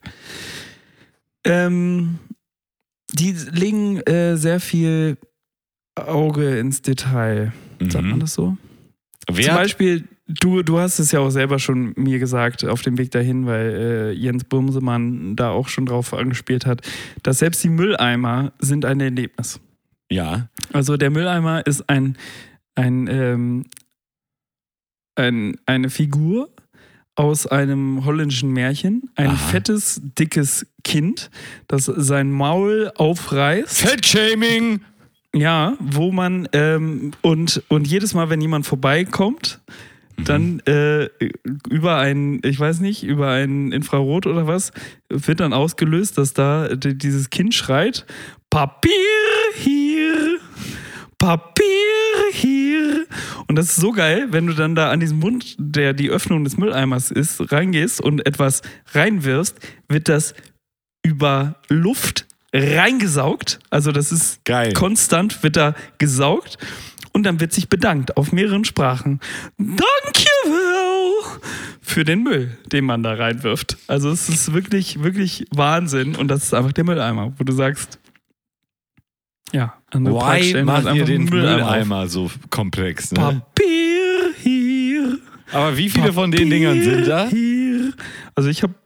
Ähm, die legen äh, sehr viel Auge ins Detail. Sagt Mhm. man das so? Wer Zum hat- Beispiel, du, du hast es ja auch selber schon mir gesagt auf dem Weg dahin, weil äh, Jens Bumsemann da auch schon drauf angespielt hat, dass selbst die Mülleimer sind ein Erlebnis. Ja. Also der Mülleimer ist ein, ein, ähm, ein, eine Figur aus einem holländischen Märchen. Ein Aha. fettes, dickes Kind, das sein Maul aufreißt. Fettshaming! Ja, wo man ähm, und, und jedes Mal, wenn jemand vorbeikommt, dann äh, über ein, ich weiß nicht, über ein Infrarot oder was, wird dann ausgelöst, dass da d- dieses Kind schreit, Papier hier, Papier hier. Und das ist so geil, wenn du dann da an diesem Mund, der die Öffnung des Mülleimers ist, reingehst und etwas reinwirfst, wird das über Luft reingesaugt. Also das ist Geil. konstant, wird da gesaugt. Und dann wird sich bedankt auf mehreren Sprachen. Dankjewel für den Müll, den man da reinwirft. Also es ist wirklich, wirklich Wahnsinn. Und das ist einfach der Mülleimer, wo du sagst, ja, an der Why Parkstellen macht halt ihr einfach den einen Mülleimer auf. Mülleimer so komplex? Ne? Papier hier. Aber wie viele von den Dingern sind da? Hier. Also ich habe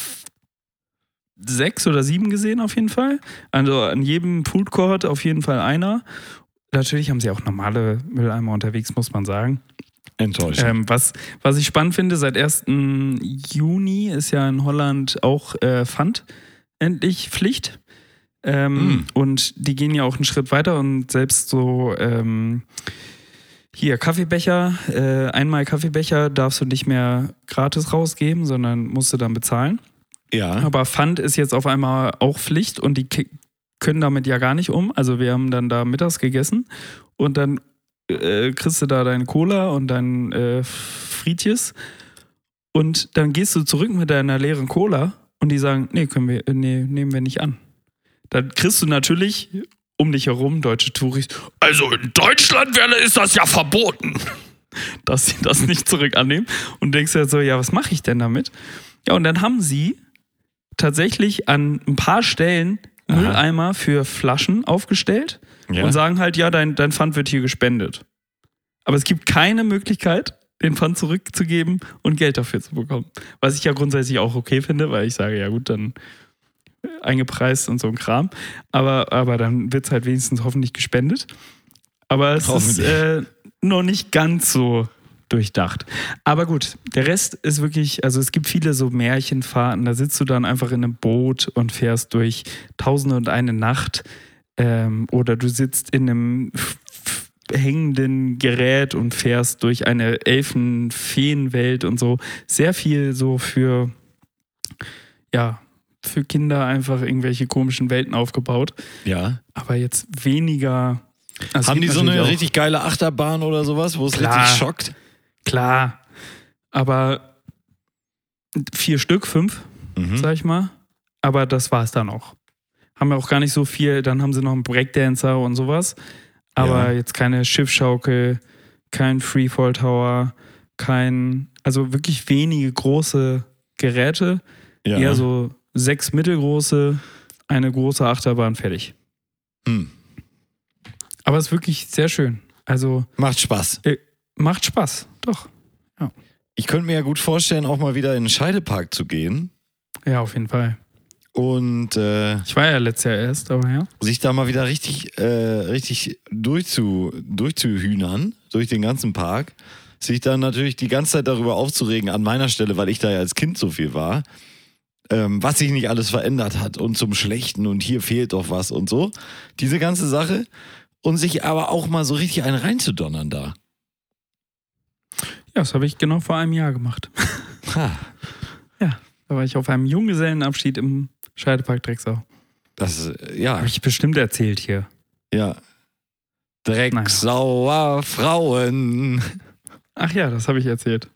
sechs oder sieben gesehen auf jeden Fall. Also an jedem Food Court auf jeden Fall einer. Natürlich haben sie auch normale Mülleimer unterwegs, muss man sagen. Enttäuschend. Ähm, was, was ich spannend finde, seit ersten Juni ist ja in Holland auch äh, Pfand endlich Pflicht. Ähm, Mm. Und die gehen ja auch einen Schritt weiter und selbst so ähm, hier Kaffeebecher, äh, einmal Kaffeebecher darfst du nicht mehr gratis rausgeben, sondern musst du dann bezahlen. Ja. Aber Pfand ist jetzt auf einmal auch Pflicht und die ki- können damit ja gar nicht um. Also wir haben dann da mittags gegessen und dann äh, kriegst du da deine Cola und dein äh, Frietjes und dann gehst du zurück mit deiner leeren Cola und die sagen, nee, können wir, nee, nehmen wir nicht an. Dann kriegst du natürlich um dich herum deutsche Touris. Also in Deutschland wäre, ist das ja verboten, dass sie das nicht zurück annehmen. Und denkst dir so, ja, was mache ich denn damit? Ja, und dann haben sie tatsächlich an ein paar Stellen Aha. Mülleimer für Flaschen aufgestellt Ja. und sagen halt, ja, dein, dein Pfand wird hier gespendet. Aber es gibt keine Möglichkeit, den Pfand zurückzugeben und Geld dafür zu bekommen. Was ich ja grundsätzlich auch okay finde, weil ich sage, ja gut, dann eingepreist und so ein Kram. Aber, aber dann wird es halt wenigstens hoffentlich gespendet. Aber es ist Hoffentlich. äh, noch nicht ganz so durchdacht. Aber gut, der Rest ist wirklich, also es gibt viele so Märchenfahrten, da sitzt du dann einfach in einem Boot und fährst durch Tausende und eine Nacht ähm, oder du sitzt in einem f- f- hängenden Gerät und fährst durch eine Elfen-Feenwelt und so. Sehr viel so für, ja, für Kinder einfach irgendwelche komischen Welten aufgebaut. Ja. Aber jetzt weniger. Also Haben die gibt so eine natürlich auch- richtig geile Achterbahn oder sowas, wo es Klar. richtig schockt? Klar, aber vier Stück, fünf, Mhm. sag ich mal. Aber das war es dann auch. Haben ja auch gar nicht so viel. Dann haben sie noch einen Breakdancer und sowas. Aber Ja. jetzt keine Schiffschaukel, kein Freefall Tower, kein, also wirklich wenige große Geräte. Ja. Eher so sechs mittelgroße, eine große Achterbahn, fertig. Hm. Aber es ist wirklich sehr schön. Also Macht Spaß. macht Spaß, doch. Ich könnte mir ja gut vorstellen, auch mal wieder in den Scheidepark zu gehen Ja, auf jeden Fall. und äh, Ich war ja letztes Jahr erst, aber ja. sich da mal wieder richtig, äh, richtig durchzu, durchzuhühnern durch den ganzen Park. Sich dann natürlich die ganze Zeit darüber aufzuregen an meiner Stelle, weil ich da ja als Kind so viel war, ähm, was sich nicht alles verändert hat und zum Schlechten und hier fehlt doch was und so. Diese ganze Sache und sich aber auch mal so richtig einen reinzudonnern da. Ja, das habe ich genau vor einem Jahr gemacht. Ha, Ja, da war ich auf einem Junggesellenabschied im Scheidepark Drecksau. das, äh, ja, Habe ich bestimmt erzählt hier. ja. Drecksauer Frauen. Ach ja, das habe ich erzählt.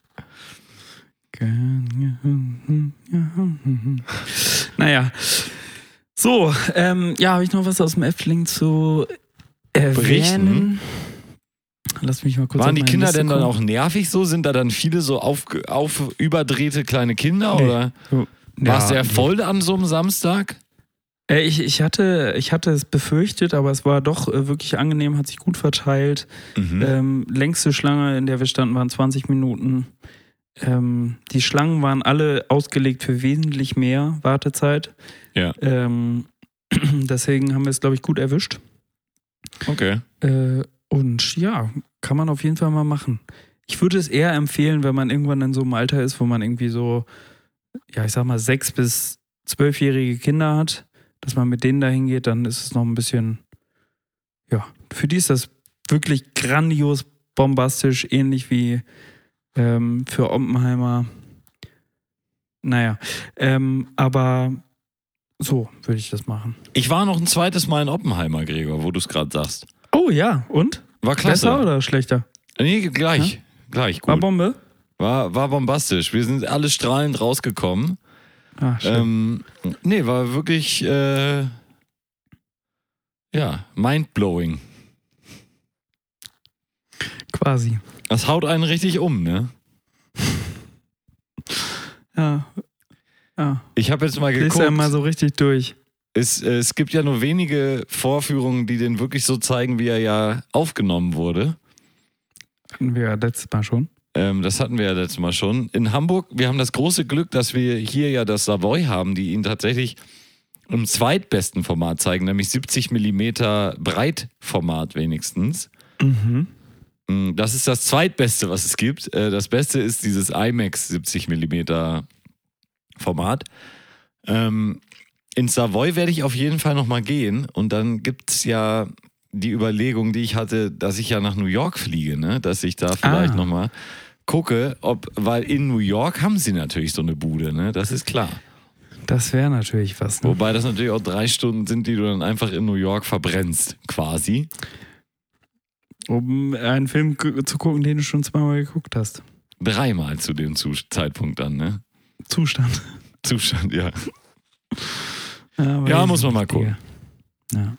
Naja. So, ähm, ja, habe ich noch was aus dem Efteling zu erwähnen? Berichten? Lass mich mal kurz Waren auf die meine Kinder Liste denn dann gucken. auch nervig so? Sind da dann viele so auf, auf überdrehte kleine Kinder? Nee. Oder So, war es ja, sehr nee. voll an so einem Samstag? Äh, ich, ich, hatte, ich hatte es befürchtet, aber es war doch äh, wirklich angenehm, hat sich gut verteilt. Mhm. Ähm, längste Schlange, in der wir standen, waren zwanzig Minuten. Ähm, die Schlangen waren alle ausgelegt für wesentlich mehr Wartezeit. Ja. Ähm, deswegen haben wir es, glaube ich, gut erwischt. Okay. Äh, und ja, kann man auf jeden Fall mal machen. Ich würde es eher empfehlen, wenn man irgendwann in so einem Alter ist, wo man irgendwie so, ja, ich sag mal, sechs- bis zwölfjährige Kinder hat, dass man mit denen dahin geht, dann ist es noch ein bisschen, ja, für die ist das wirklich grandios, bombastisch, ähnlich wie ähm, für Oppenheimer. Naja, ähm, aber so würde ich das machen. Ich war noch ein zweites Mal in Oppenheimer, Gregor, wo du es gerade sagst. Oh ja, und? War klasse. Besser oder schlechter? Nee, gleich. Ja? Gleich, gut. War Bombe? War, war bombastisch. Wir sind alle strahlend rausgekommen. Ah, schön. Ähm, nee, war wirklich, äh, ja, mindblowing. Quasi. Das haut einen richtig um, ne? Ja. Ja. Ich habe jetzt mal Lies geguckt. ja mal so richtig durch. Es, äh, es gibt ja nur wenige Vorführungen, die den wirklich so zeigen, wie er ja aufgenommen wurde. Hatten wir ja letztes Mal schon. Ähm, das hatten wir ja letztes Mal schon. In Hamburg, wir haben das große Glück, dass wir hier ja das Savoy haben, die ihn tatsächlich im zweitbesten Format zeigen, nämlich siebzig Millimeter Breitformat wenigstens. Mhm. Das ist das zweitbeste, was es gibt. Das Beste ist dieses IMAX siebzig Millimeter Format. Ähm, in Savoy werde ich auf jeden Fall nochmal gehen. Und dann gibt es ja die Überlegung, die ich hatte, dass ich ja nach New York fliege, ne? Dass ich da vielleicht Ah. nochmal gucke, ob, weil in New York haben sie natürlich so eine Bude, ne? Das ist klar. Das wäre natürlich was. Ne? Wobei das natürlich auch drei Stunden sind, die du dann einfach in New York verbrennst, quasi. Um einen Film gu- zu gucken, den du schon zweimal geguckt hast. Dreimal zu dem Zu- Zeitpunkt dann, ne? Zustand. Zustand, ja. aber Ja, das muss ist man mal wichtiger. Ja.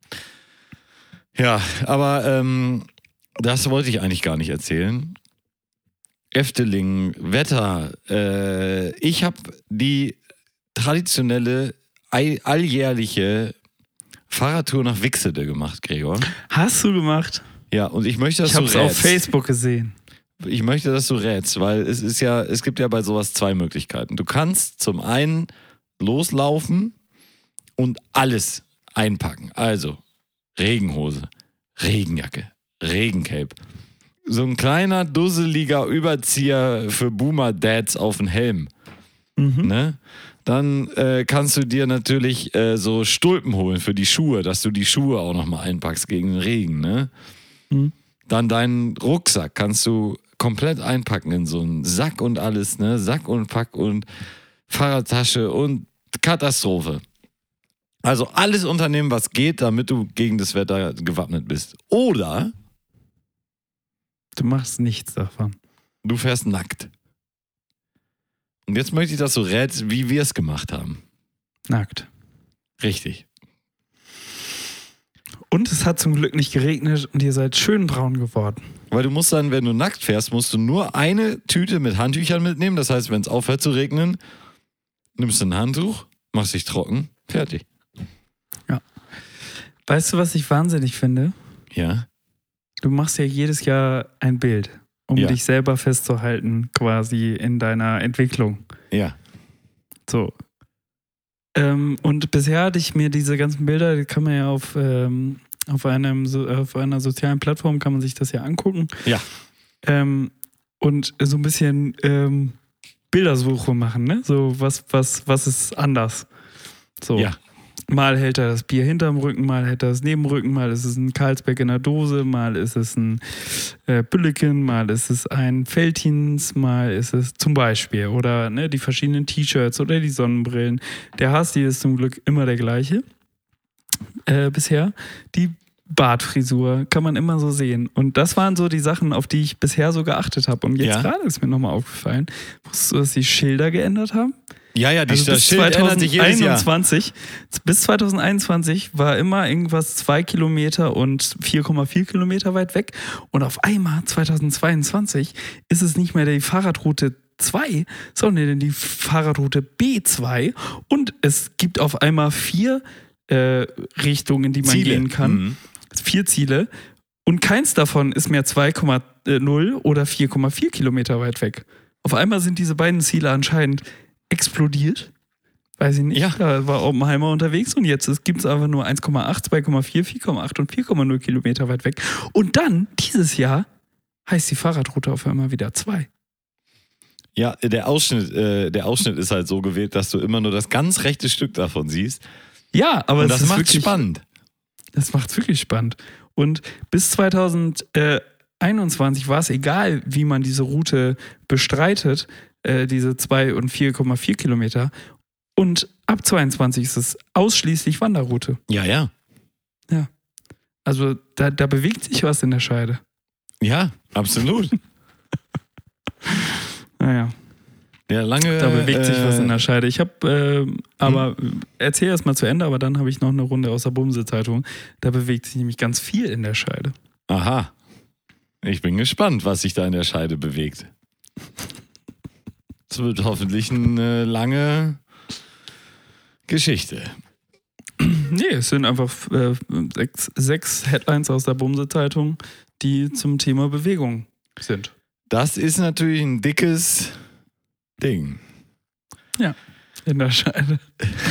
Ja, aber ähm, das wollte ich eigentlich gar nicht erzählen. Efteling, Wetter. Äh, ich habe die traditionelle all- alljährliche Fahrradtour nach Wixede gemacht, Gregor. Hast du gemacht? Ja, und ich möchte, dass Ich habe du es auf rätst. Facebook gesehen. Ich möchte, dass du rätst, weil es ist ja, es gibt ja bei sowas zwei Möglichkeiten. Du kannst zum einen loslaufen und alles einpacken. Also Regenhose, Regenjacke, Regencape. So ein kleiner, dusseliger Überzieher für Boomer-Dads auf den Helm. Mhm. Ne? Dann äh, kannst du dir natürlich äh, so Stulpen holen für die Schuhe, dass du die Schuhe auch nochmal einpackst gegen den Regen. Ne? Mhm. Dann deinen Rucksack kannst du komplett einpacken in so einen Sack und alles, ne? Sack und Pack und Fahrradtasche und Katastrophe. Also alles unternehmen, was geht, damit du gegen das Wetter gewappnet bist. Oder Du machst nichts davon. du fährst nackt. Und jetzt möchte ich, dass du rätst, wie wir es gemacht haben. Nackt. Richtig. Und es hat zum Glück nicht geregnet und ihr seid schön braun geworden. Weil du musst dann, wenn du nackt fährst, musst du nur eine Tüte mit Handtüchern mitnehmen. Das heißt, wenn es aufhört zu regnen, nimmst du ein Handtuch, machst dich trocken, fertig. Weißt du, was ich wahnsinnig finde? Ja. Du machst ja jedes Jahr ein Bild, um Ja. dich selber festzuhalten, quasi in deiner Entwicklung. Ja. So. Ähm, und bisher hatte ich mir diese ganzen Bilder, die kann man ja auf, ähm, auf, einem, so, auf einer sozialen Plattform kann man sich das ja angucken. Ja. Ähm, und so ein bisschen ähm, Bildersuche machen, ne? So, was, was, was ist anders? So. Ja. Mal hält er das Bier hinterm Rücken, mal hält er es neben dem Rücken, mal ist es ein Carlsberg in der Dose, mal ist es ein äh, Bülleken, mal ist es ein Veltins, mal ist es zum Beispiel. Oder ne, die verschiedenen T-Shirts oder die Sonnenbrillen. Der Haarstil ist zum Glück immer der gleiche äh, bisher. Die Bartfrisur kann man immer so sehen. Und das waren so die Sachen, auf die ich bisher so geachtet habe. Und jetzt Ja. gerade ist mir nochmal aufgefallen, wusstest du, dass die Schilder geändert haben? Ja, ja, die Also das bis Schild ändert sich jedes Jahr. zweitausendeinundzwanzig, bis zweitausendeinundzwanzig war immer irgendwas zwei Kilometer und vier Komma vier Kilometer weit weg. Und auf einmal, zweitausendzweiundzwanzig, ist es nicht mehr die Fahrradroute zwei, sondern die Fahrradroute B zwei. Und es gibt auf einmal vier äh, Richtungen, in die man Ziele. gehen kann. Mhm. Vier Ziele. Und keins davon ist mehr zwei Komma null oder vier Komma vier Kilometer weit weg. Auf einmal sind diese beiden Ziele anscheinend explodiert. Weiß ich nicht. Ja. Da war Oppenheimer unterwegs und jetzt gibt es einfach nur eins Komma acht, zwei Komma vier, vier Komma acht und vier Komma null Kilometer weit weg. Und dann, dieses Jahr, heißt die Fahrradroute auf einmal wieder zwei. Ja, der Ausschnitt, äh, der Ausschnitt ist halt so gewählt, dass du immer nur das ganz rechte Stück davon siehst. Ja, aber Und es das ist macht wirklich spannend. Das macht's wirklich spannend. Und bis zwanzig einundzwanzig war es egal, wie man diese Route bestreitet, äh, diese zwei und vier Komma vier Kilometer. Und ab zweiundzwanzig ist es ausschließlich Wanderroute. Ja, ja. Ja. Also da, da bewegt sich was in der Scheide. Ja, absolut. Naja. Ja, lange. Da bewegt sich äh, was in der Scheide. Ich habe, äh, aber hm? erzähl erst mal zu Ende, aber dann habe ich noch eine Runde aus der Bumse-Zeitung. Da bewegt sich nämlich ganz viel in der Scheide. Aha. Ich bin gespannt, was sich da in der Scheide bewegt. Es wird hoffentlich eine lange Geschichte. Nee, es sind einfach äh, sechs, sechs Headlines aus der Bumse-Zeitung, die zum Thema Bewegung sind. Das ist natürlich ein dickes Ding. Ja, in der Scheide.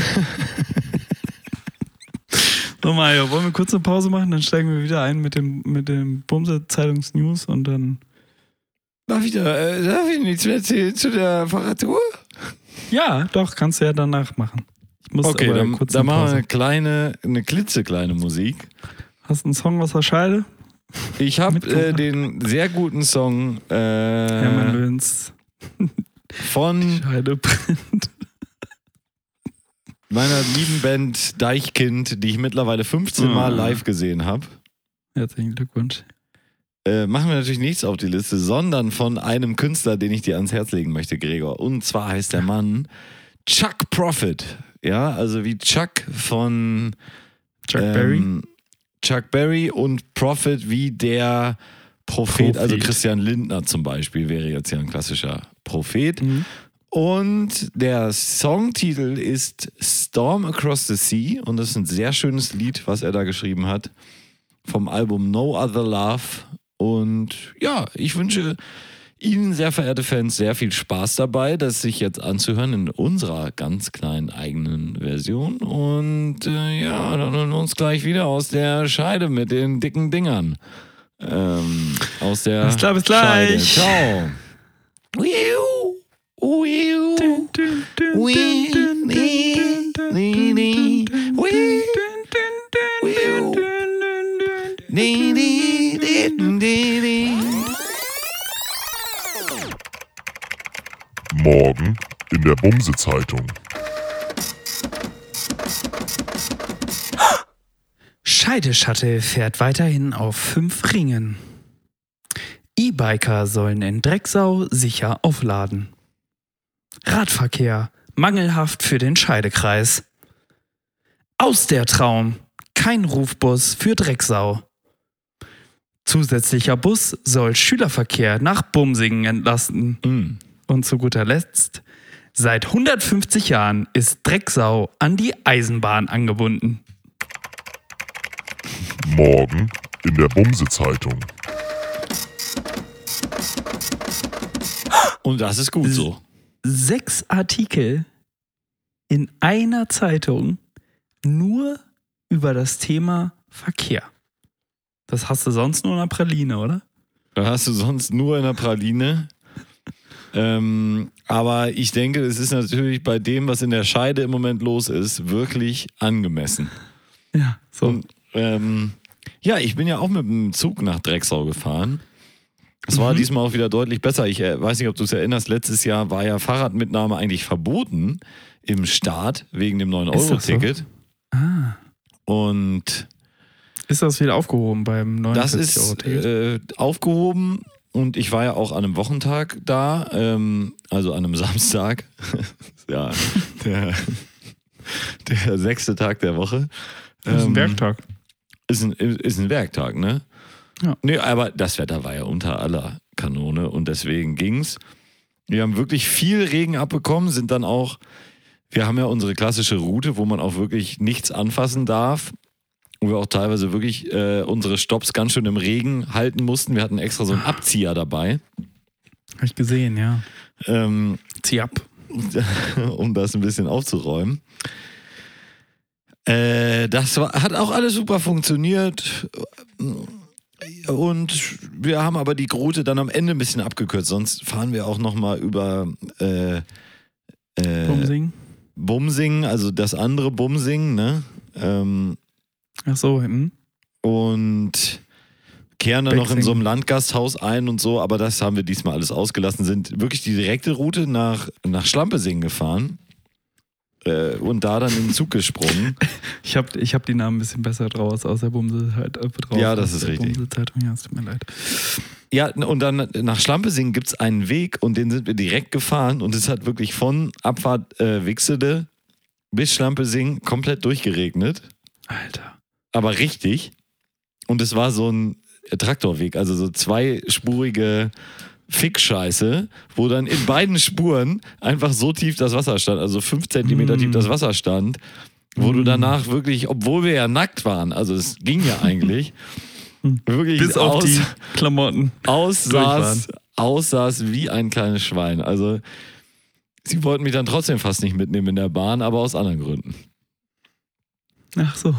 So, Mario, wollen wir kurz eine Pause machen? Dann steigen wir wieder ein mit dem, mit dem Bumse-Zeitungs-News und dann... Darf ich, da, äh, darf ich nichts mehr erzählen zu der Fahrradtour? Ja, doch, kannst du ja danach machen. Ich muss Okay, aber dann, kurz dann eine machen wir Pause. eine kleine, eine klitzekleine Musik. Hast du einen Song aus der Scheide? Ich habe Mitgebracht. äh, den sehr guten Song äh, Hermann Löns von Scheide brennt. meiner lieben Band Deichkind, die ich mittlerweile fünfzehn Mal Ah. live gesehen habe. Herzlichen Glückwunsch. Äh, machen wir natürlich nichts auf die Liste, sondern von einem Künstler, den ich dir ans Herz legen möchte, Gregor. Und zwar heißt der Mann Chuck Prophet. Ja, also wie Chuck von Chuck ähm, Berry. Chuck Berry und Prophet wie der Prophet, Prophet. also Christian Lindner zum Beispiel wäre jetzt ja ein klassischer Prophet. Mhm. Und der Songtitel ist Storm Across the Sea und das ist ein sehr schönes Lied, was er da geschrieben hat, vom Album No Other Love. Und ja, ich wünsche Ihnen, sehr verehrte Fans, sehr viel Spaß dabei, das sich jetzt anzuhören in unserer ganz kleinen eigenen Version. Und äh, ja, dann hören wir uns gleich wieder aus der Scheide mit den dicken Dingern. Ähm, aus der Alles klar, bis Scheide. gleich. Ciao. Wiu, wiu, Dun, dun, dun, Wee, dun, dun, wee, dun, dun, wee, wee, dun, dun, wee, dun, dun, dun, wee, dun, dun, dun, dun, di, di, di, di, di. Morgen in der Bumse-Zeitung. Scheide-Shuttle fährt weiterhin auf fünf Ringen. E-Biker sollen in Drecksau sicher aufladen. Radverkehr mangelhaft für den Scheidekreis. Aus der Traum, kein Rufbus für Drecksau. Zusätzlicher Bus soll Schülerverkehr nach Bumsingen entlasten. Mm. Und zu guter Letzt, seit hundertfünfzig Jahren ist Drecksau an die Eisenbahn angebunden. Morgen in der Bumse-Zeitung. Und das ist gut so. Sechs Artikel in einer Zeitung nur über das Thema Verkehr. Das hast du sonst nur in der Praline, oder? Da hast du sonst nur in der Praline. ähm, aber ich denke, es ist natürlich bei dem, was in der Scheide im Moment los ist, wirklich angemessen. Ja, so. Und, ähm, ja, ich bin ja auch mit dem Zug nach Drecksau gefahren. Es war Mhm. diesmal auch wieder deutlich besser. Ich äh, weiß nicht, ob du es erinnerst, letztes Jahr war ja Fahrradmitnahme eigentlich verboten im Staat wegen dem neun Ist Euro das so? Ticket. Ah. Und Ist das wieder aufgehoben beim das neunundvierzig Euro ist Ticket? äh, aufgehoben und ich war ja auch an einem Wochentag da, ähm, also an einem Samstag. ja, der, der sechste Tag der Woche. Das ist ein Ähm, Werktag. Ist ein, ist ein Werktag, ne? Ja. Nee, aber das Wetter war ja unter aller Kanone und deswegen ging's. Wir haben wirklich viel Regen abbekommen, sind dann auch, wir haben ja unsere klassische Route, wo man auch wirklich nichts anfassen darf. Wo wir auch teilweise wirklich äh, unsere Stopps ganz schön im Regen halten mussten. Wir hatten extra so einen Abzieher dabei, Hab ich gesehen, ja. ähm, Zieh ab. um das ein bisschen aufzuräumen. Äh, das war, hat auch alles super funktioniert. Und wir haben aber die Route dann am Ende ein bisschen abgekürzt. Sonst fahren wir auch nochmal über äh, äh, Bumsing. Bumsing, also das andere Bumsing, ne? Ähm, Ach so, hm? und kehren dann noch in Bexing. so einem Landgasthaus ein und so, aber das haben wir diesmal alles ausgelassen, sind wirklich die direkte Route nach, nach Schlampesing gefahren äh, und da dann in den Zug gesprungen. Ich habe ich hab die Namen ein bisschen besser draus, aus der Bumse-Zeit. Äh, draus, Ja, das aus ist der richtig. Bumse-Zeitung. Ja, es tut mir leid. Ja, und dann nach Schlampesing gibt es einen Weg und den sind wir direkt gefahren und es hat wirklich von Abfahrt äh, Wixede bis Schlampesing komplett durchgeregnet, Alter. aber richtig. Und es war so ein Traktorweg, also so zweispurige Fickscheiße, wo dann in beiden Spuren einfach so tief das Wasser stand, also fünf Zentimeter Mm. tief das Wasser stand, wo Mm. du danach wirklich, obwohl wir ja nackt waren, also es ging ja eigentlich, wirklich Bis auf aus, die Klamotten. aussahst, aussahst wie ein kleines Schwein. Also sie wollten mich dann trotzdem fast nicht mitnehmen in der Bahn, aber aus anderen Gründen. Ach so.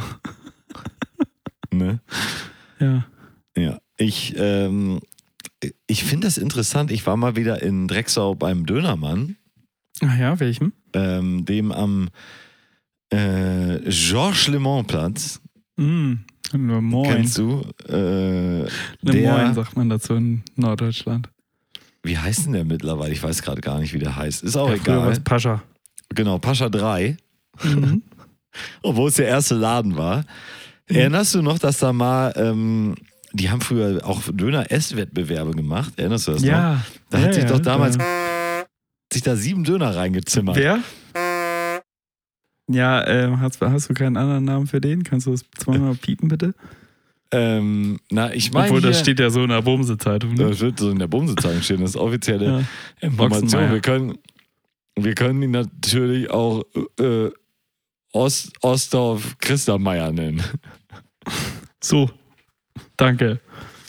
Ne? Ja. Ja, ich, ähm, ich finde das interessant. Ich war mal wieder in Drecksau beim Dönermann, Ach ja, welchem? ähm, dem am äh, Georges Le Mans Platz. Mm. Nur Moin. Kennst du? Äh, Ne der, Moin sagt man dazu in Norddeutschland. wie heißt denn der mittlerweile? Ich weiß gerade gar nicht, wie der heißt. Ist auch Ja, früher war's egal. Pascha. Genau, Pascha drei. Mhm. Obwohl es der erste Laden war. Erinnerst du noch, dass da mal, ähm, die haben früher auch Döner-Ess-Wettbewerbe gemacht? Erinnerst du das noch? Ja. Da ja, hat sich ja, doch damals da- sich da sieben Döner reingezimmert. Wer? Ja, ähm, hast, hast du keinen anderen Namen für den? Kannst du das zweimal piepen, bitte? Ähm, na, ich meine, Obwohl, das hier- steht ja so in der Bumse-Zeitung. Ne? das wird so in der Bumsezeitung stehen, das ist offizielle Ja. Information. Boxenmeier. Wir können, wir können ihn natürlich auch äh, Ost, Ostdorf Christermeier nennen. So. Danke.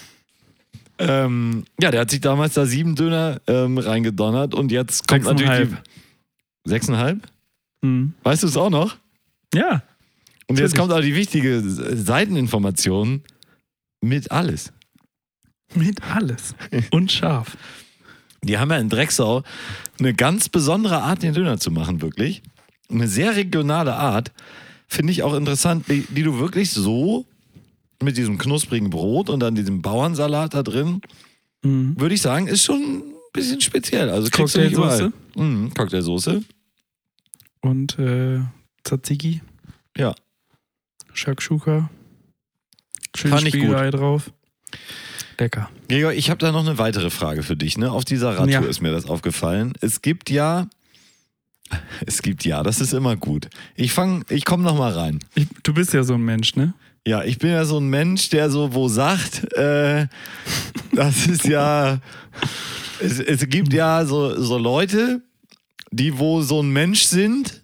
Ähm, ja, der hat sich damals da sieben Döner ähm, reingedonnert und jetzt kommt natürlich die. Sechseinhalb. Sechseinhalb? Mhm. Weißt du es auch noch? Ja. Und jetzt Natürlich. kommt auch die wichtige Seiteninformation mit alles. Mit alles. Und scharf. Die haben ja in Drecksau eine ganz besondere Art, den Döner zu machen, wirklich. Eine sehr regionale Art. Finde ich auch interessant, die, die du wirklich so mit diesem knusprigen Brot und dann diesem Bauernsalat da drin, Mhm. würde ich sagen, ist schon ein bisschen speziell. Also kriegst du nicht Cocktailsoße? überall. Mhm, Cocktailsoße. Und äh, Tzatziki. Ja. Shakshuka. Schön Fand ich gut. Spiegelei drauf. Lecker. Gregor, ich habe da noch eine weitere Frage für dich. Ne? Auf dieser Radtour Ja. ist mir das aufgefallen. Es gibt ja, es gibt ja, das ist immer gut. Ich fange, ich komme noch mal rein. Ich, du bist ja so ein Mensch, ne? Ja, ich bin ja so ein Mensch, der so wo sagt, äh, das ist ja, es, es gibt ja so, so Leute, die wo so ein Mensch sind,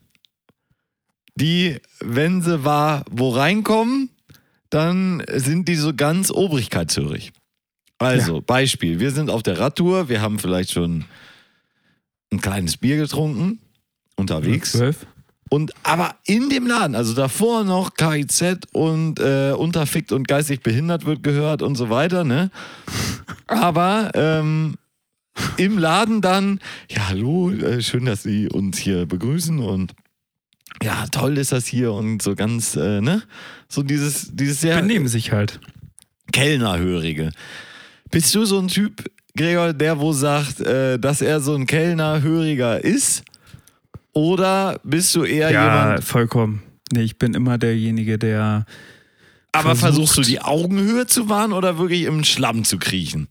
die, wenn sie war, wo reinkommen, dann sind die so ganz obrigkeitshörig. Also, Ja. Beispiel, wir sind auf der Radtour, wir haben vielleicht schon ein kleines Bier getrunken, unterwegs. Zwölf. Und aber in dem Laden, also davor noch K I Z und äh, unterfickt und geistig behindert wird gehört und so weiter, ne? Aber ähm, im Laden dann, ja, hallo, äh, schön, dass Sie uns hier begrüßen und ja, toll ist das hier und so ganz, äh, ne? So dieses, dieses sehr Benehmen sich halt. Kellnerhörige. Bist du so ein Typ, Gregor, der wo sagt, äh, dass er so ein Kellnerhöriger ist? Oder bist du eher Ja, jemand... vollkommen. Nee, ich bin immer derjenige, der. Aber versucht- versuchst du die Augenhöhe zu wahren oder wirklich im Schlamm zu kriechen?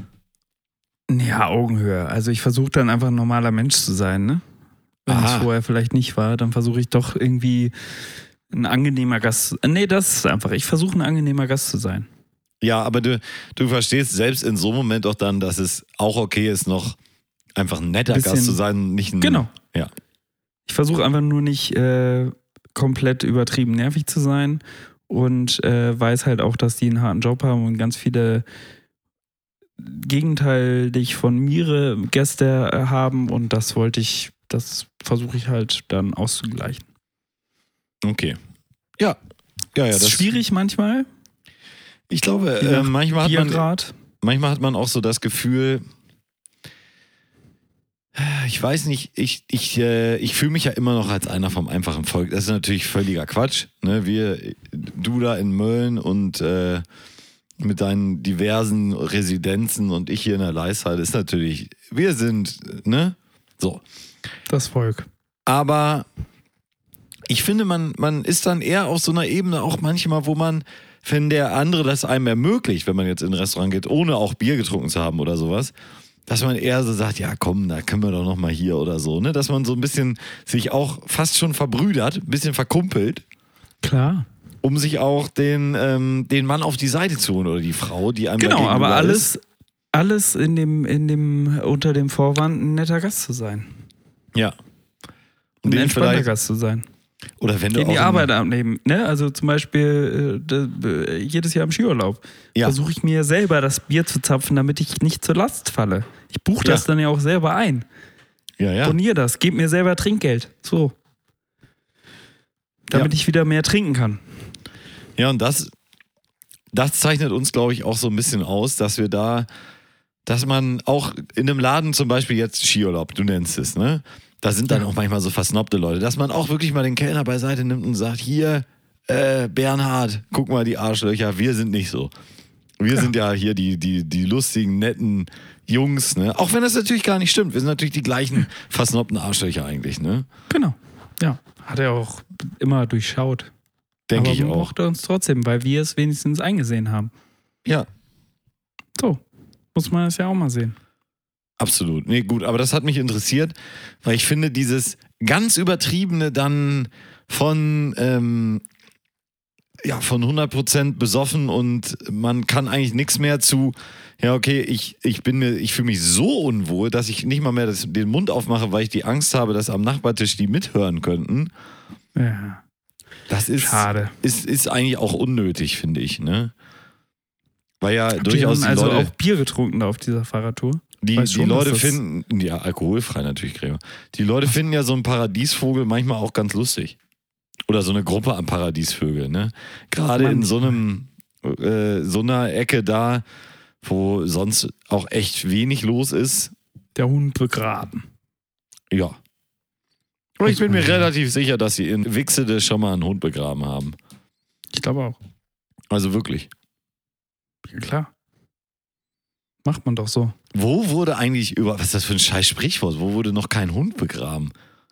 Ja, Augenhöhe. Also ich versuche dann einfach ein normaler Mensch zu sein, ne? Wenn es Aha. vorher vielleicht nicht war, dann versuche ich doch irgendwie ein angenehmer Gast. Nee, das ist einfach. Ich versuche ein angenehmer Gast zu sein. Ja, aber du, du verstehst selbst in so einem Moment auch dann, dass es auch okay ist, noch einfach ein netter Bisschen- Gast zu sein, nicht ein... Genau. Ja. Ich versuche einfach nur nicht äh, komplett übertrieben nervig zu sein und äh, weiß halt auch, dass die einen harten Job haben und ganz viele gegenteilig von mir Gäste äh, haben und das wollte ich, das versuche ich halt dann auszugleichen. Okay. Ja. Ja, ja, ist das schwierig manchmal. Ich glaube, Je äh, nach manchmal, hat man, Biergrad. manchmal hat man auch so das Gefühl, ich weiß nicht, ich, ich, äh, ich fühle mich ja immer noch als einer vom einfachen Volk. Das ist natürlich völliger Quatsch. Ne? Wir, du da in Mölln und äh, mit deinen diversen Residenzen und ich hier in der Leisheide ist natürlich, wir sind, ne? So. Das Volk. Aber ich finde, man, man ist dann eher auf so einer Ebene auch manchmal, wo man, wenn der andere das einem ermöglicht, wenn man jetzt in ein Restaurant geht, ohne auch Bier getrunken zu haben oder sowas, dass man eher so sagt, ja komm, da können wir doch noch mal hier oder so, ne? Dass man so ein bisschen sich auch fast schon verbrüdert, ein bisschen verkumpelt. Klar. Um sich auch den, ähm, den Mann auf die Seite zu holen oder die Frau, die einem da Genau, gegenüber aber alles, ist. alles in dem, in dem, unter dem Vorwand, ein netter Gast zu sein. Ja. Ein den entspannter vielleicht- Gast zu sein. Oder wenn du Den auch die im- Arbeit abnehmen. Ne? Also zum Beispiel äh, d- äh, jedes Jahr im Skiurlaub Ja. versuche ich mir selber das Bier zu zapfen, damit ich nicht zur Last falle. Ich buche das Ja. dann ja auch selber ein. Ja, ja. Bonier das, gib mir selber Trinkgeld. So. Damit Ja. ich wieder mehr trinken kann. Ja, und das, das zeichnet uns, glaube ich, auch so ein bisschen aus, dass wir da, dass man auch in einem Laden zum Beispiel jetzt Skiurlaub, du nennst es, ne? Da sind dann Ja. auch manchmal so versnobte Leute, dass man auch wirklich mal den Kellner beiseite nimmt und sagt, hier, äh, Bernhard, guck mal die Arschlöcher, wir sind nicht so. Wir Ja. sind ja hier die, die, die lustigen, netten Jungs, ne? Auch wenn das natürlich gar nicht stimmt. Wir sind natürlich die gleichen versnobten Arschlöcher eigentlich, ne? Genau. Ja. Hat er auch immer durchschaut. Denke Aber ich man auch. mochte uns trotzdem, weil wir es wenigstens eingesehen haben. Ja, So. Muss man das ja auch mal sehen. absolut. Nee, gut, aber das hat mich interessiert, weil ich finde, dieses ganz übertriebene dann von, ähm, ja, von hundert Prozent besoffen und man kann eigentlich nichts mehr zu, ja, okay, ich, ich bin mir, ich fühle mich so unwohl, dass ich nicht mal mehr das, den Mund aufmache, weil ich die Angst habe, dass am Nachbartisch die mithören könnten. Ja. Das ist, Schade. ist, ist eigentlich auch unnötig, finde ich, ne? Weil ja Habt ihr durchaus dann die also Leute... auch Bier getrunken da auf dieser Fahrradtour? Die, Weiß die schon, Leute dass das- finden, ja, alkoholfrei natürlich, Gregor. Die Leute finden ja so einen Paradiesvogel manchmal auch ganz lustig. Oder so eine Gruppe an Paradiesvögeln, ne? Gerade in so einem, äh, so einer Ecke da, wo sonst auch echt wenig los ist. Der Hund begraben. Ja. Aber ich bin mir relativ sicher, dass sie in Wixede schon mal einen Hund begraben haben. Ich glaube auch. Also wirklich. Ja, klar. Macht man doch so. Wo wurde eigentlich über, was ist das für ein scheiß Sprichwort? Wo wurde noch kein Hund begraben?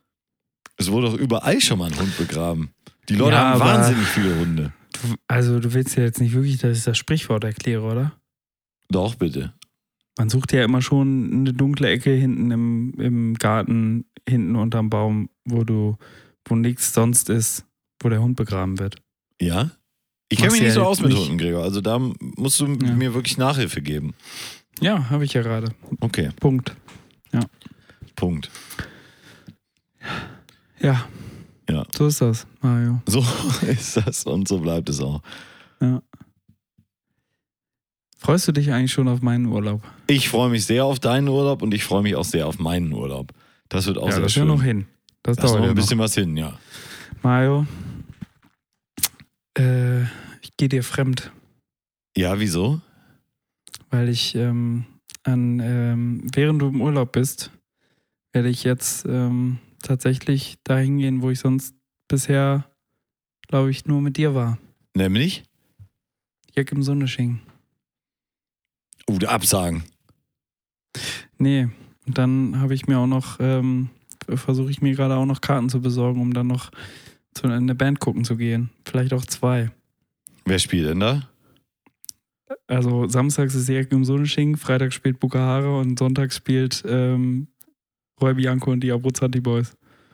Es wurde doch überall schon mal ein Hund begraben. Die Leute Ja, haben aber- wahnsinnig viele Hunde. Du, also du willst ja jetzt nicht wirklich, dass ich das Sprichwort erkläre, oder? Doch, bitte. Man sucht ja immer schon eine dunkle Ecke hinten im, im Garten, hinten unterm Baum, wo du, wo nichts sonst ist, wo der Hund begraben wird. Ja? Ich kenne Machst mich nicht ja so aus jetzt mit nicht- Hunden, Gregor. Also da musst du Ja. mir wirklich Nachhilfe geben. Ja, habe ich ja gerade. Okay, Punkt. Punkt. Ja. Ja. So ist das, Mario. So ist das und so bleibt es auch. Ja. Freust du dich eigentlich schon auf meinen Urlaub? Ich freue mich sehr auf deinen Urlaub und ich freue mich auch sehr auf meinen Urlaub. Das wird auch ja, sehr das ist ja schön. noch hin. Das da ist dauert noch ja ein bisschen noch. was hin, ja. Mario, äh, ich gehe dir fremd, Ja, wieso? weil ich ähm, an, ähm, während du im Urlaub bist, werde ich jetzt ähm, tatsächlich dahin gehen, wo ich sonst bisher, glaube ich, nur mit dir war. Nämlich? Jack im Sonnesching. Uh, Absagen. Nee, und dann habe ich mir auch noch, ähm, versuche ich mir gerade auch noch Karten zu besorgen, um dann noch zu einer Band gucken zu gehen. Vielleicht auch zwei. Wer spielt denn da? Also samstags ist Jack im Sonnesching, Freitag spielt Bukahara und Sonntag spielt ähm, Roy Bianco und die Abruzzanti Boys.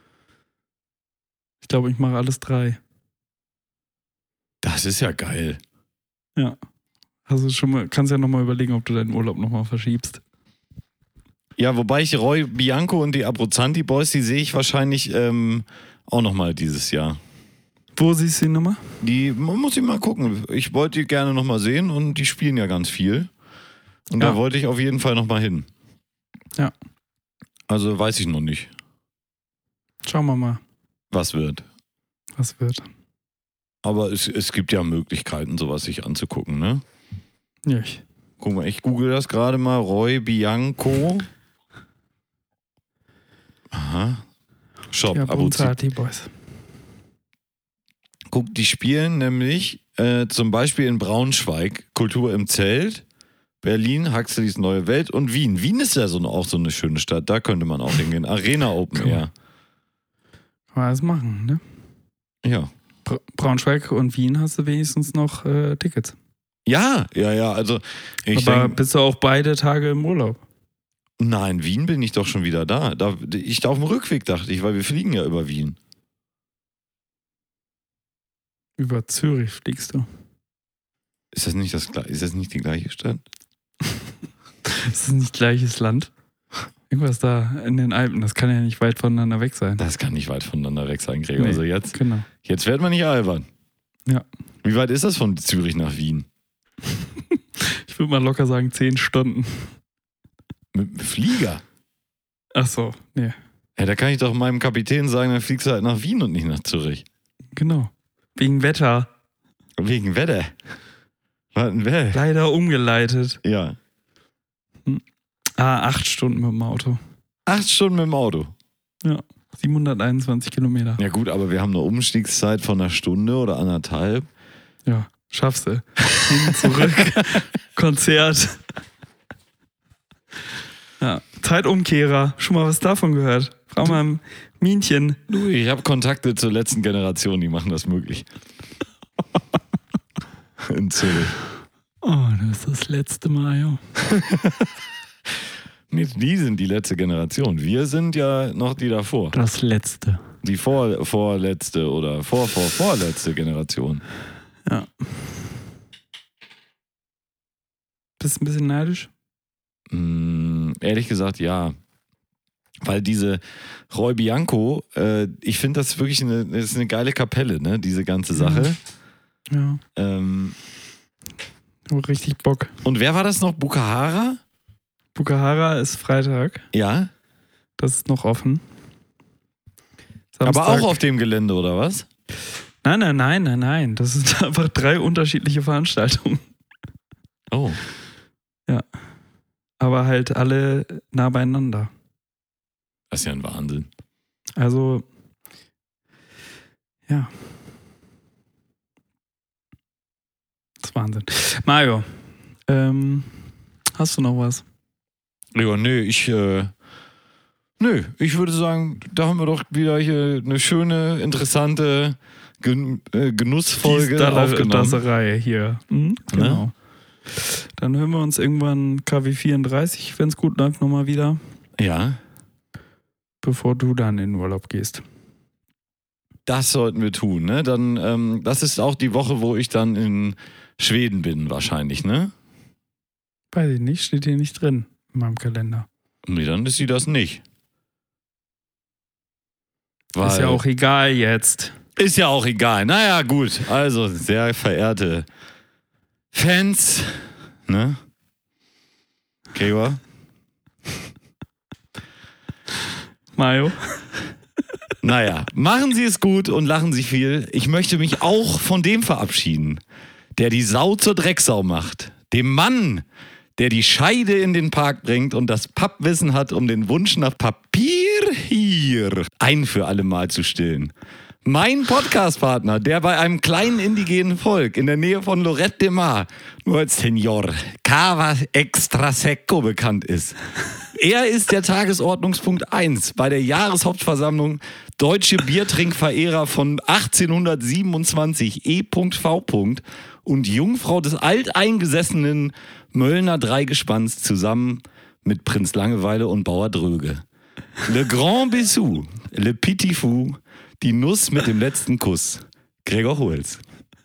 Ich glaube, ich mache alles drei. Das ist ja geil. Ja. Also schon mal, kannst ja nochmal überlegen, ob du deinen Urlaub nochmal verschiebst. Ja, wobei ich Roy Bianco und die Abruzzanti Boys, die sehe ich wahrscheinlich ähm, auch nochmal dieses Jahr. Wo siehst du die Nummer? Die man muss ich mal gucken. Ich wollte die gerne nochmal sehen und die spielen ja ganz viel. Und Ja. da wollte ich auf jeden Fall nochmal hin. Ja. Also weiß ich noch nicht, Schauen wir mal, was wird. was wird. Aber es, es gibt ja Möglichkeiten, sowas sich anzugucken, ne? Nicht. Guck mal, ich google das gerade mal. Roy Bianco. Aha. Shop, Ja, Abu-Dhabi. die Boys. Guck, die spielen nämlich äh, zum Beispiel in Braunschweig, Kultur im Zelt, Berlin, Huxleys Neue Welt und Wien. Wien ist ja so eine, auch so eine schöne Stadt, da könnte man auch hingehen. Arena Open Air. Kann man das machen, ne? Ja. Bra- Braunschweig und Wien hast du wenigstens noch äh, Tickets. Ja, ja, ja, also ich Aber denk, bist du auch beide Tage im Urlaub? nein, Wien bin ich doch schon wieder da. da. Ich auf dem Rückweg dachte ich, weil wir fliegen ja über Wien. Über Zürich fliegst du. Ist das nicht das Gle- ist das nicht die gleiche Stadt? Ist das nicht gleiches Land? Irgendwas da in den Alpen, das kann ja nicht weit voneinander weg sein. Das kann nicht weit voneinander weg sein, Gregor. Nee, Also jetzt, genau. jetzt wird man nicht albern. Ja. Wie weit ist das von Zürich nach Wien? Ich würde mal locker sagen zehn Stunden. Mit dem Flieger? Ach so, nee. Ja, da kann ich doch meinem Kapitän sagen, dann fliegst du halt nach Wien und nicht nach Zürich. Genau. Wegen Wetter. Wegen Wetter. Warten wir. Leider umgeleitet. Ja. Ah, acht Stunden mit dem Auto. Acht Stunden mit dem Auto. Ja. siebenhunderteinundzwanzig Kilometer. Ja gut, aber wir haben eine Umstiegszeit von einer Stunde oder anderthalb. Ja, schaffst du. Hin, zurück. Konzert. Ja. Zeitumkehrer. Schon mal was davon gehört? Frau mal im Minchen. Du, ich habe Kontakte zur letzten Generation, die machen das möglich. In Zürich. Oh, das ist das letzte Mal, ja. Nee, die sind die letzte Generation. Wir sind ja noch die davor. Das letzte. Die vor, vorletzte oder vor, vor, vorletzte Generation. Ja. Bist du ein bisschen neidisch? Mm, ehrlich gesagt, ja. Weil diese Roy Bianco, äh, ich finde das wirklich eine, das ist eine geile Kapelle, ne? Diese ganze Sache. Ja. Ähm, Hab richtig Bock. und wer war das noch? Bukahara? Bukahara ist Freitag. Ja. Das ist noch offen. Samstag. Aber auch auf dem Gelände, oder was? Nein, nein, nein, nein, nein. Das sind einfach drei unterschiedliche Veranstaltungen. Oh. Aber halt alle nah beieinander. Das ist ja ein Wahnsinn. Also, ja. Das ist Wahnsinn. Mario, ähm, hast du noch was? Ja, nee, ich, äh, nö, ich würde sagen, da haben wir doch wieder hier eine schöne, interessante Gen äh, Genussfolge Dies, aufgenommen. Dasserei hier. Mhm, genau. Ne? Dann hören wir uns irgendwann K W vierunddreißig, wenn es gut läuft, nochmal wieder, Ja, bevor du dann in den Urlaub gehst. das sollten wir tun, ne? Dann, ähm, das ist auch die Woche, wo ich dann in Schweden bin, wahrscheinlich, ne? Weiß ich nicht, steht hier nicht drin in meinem Kalender. Nee, dann ist sie das nicht. Weil, Ist ja auch egal jetzt. Ist ja auch egal. Naja, gut. Also, sehr verehrte Fans, ne? Gregor? Mario? Naja, machen Sie es gut und lachen Sie viel. Ich möchte mich auch von dem verabschieden, der die Sau zur Drecksau macht. Dem Mann, der die Scheide in den Park bringt und das Pappwissen hat, um den Wunsch nach Papier hier ein für alle Mal zu stillen. Mein Podcast-Partner, der bei einem kleinen indigenen Volk in der Nähe von Lorette de Mar nur als Senor Cava Extra Secco bekannt ist. Er ist der Tagesordnungspunkt eins bei der Jahreshauptversammlung Deutsche Biertrinkverehrer von achtzehnhundertsiebenundzwanzig E V. und Jungfrau des alteingesessenen Möllner Dreigespanns zusammen mit Prinz Langeweile und Bauer Dröge. Le Grand Bissou, Le Petit Fou, die Nuss mit dem letzten Kuss. Gregor Holz.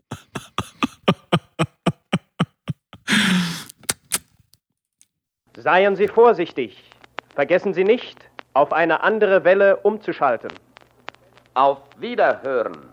Seien Sie vorsichtig. Vergessen Sie nicht, auf eine andere Welle umzuschalten. Auf Wiederhören.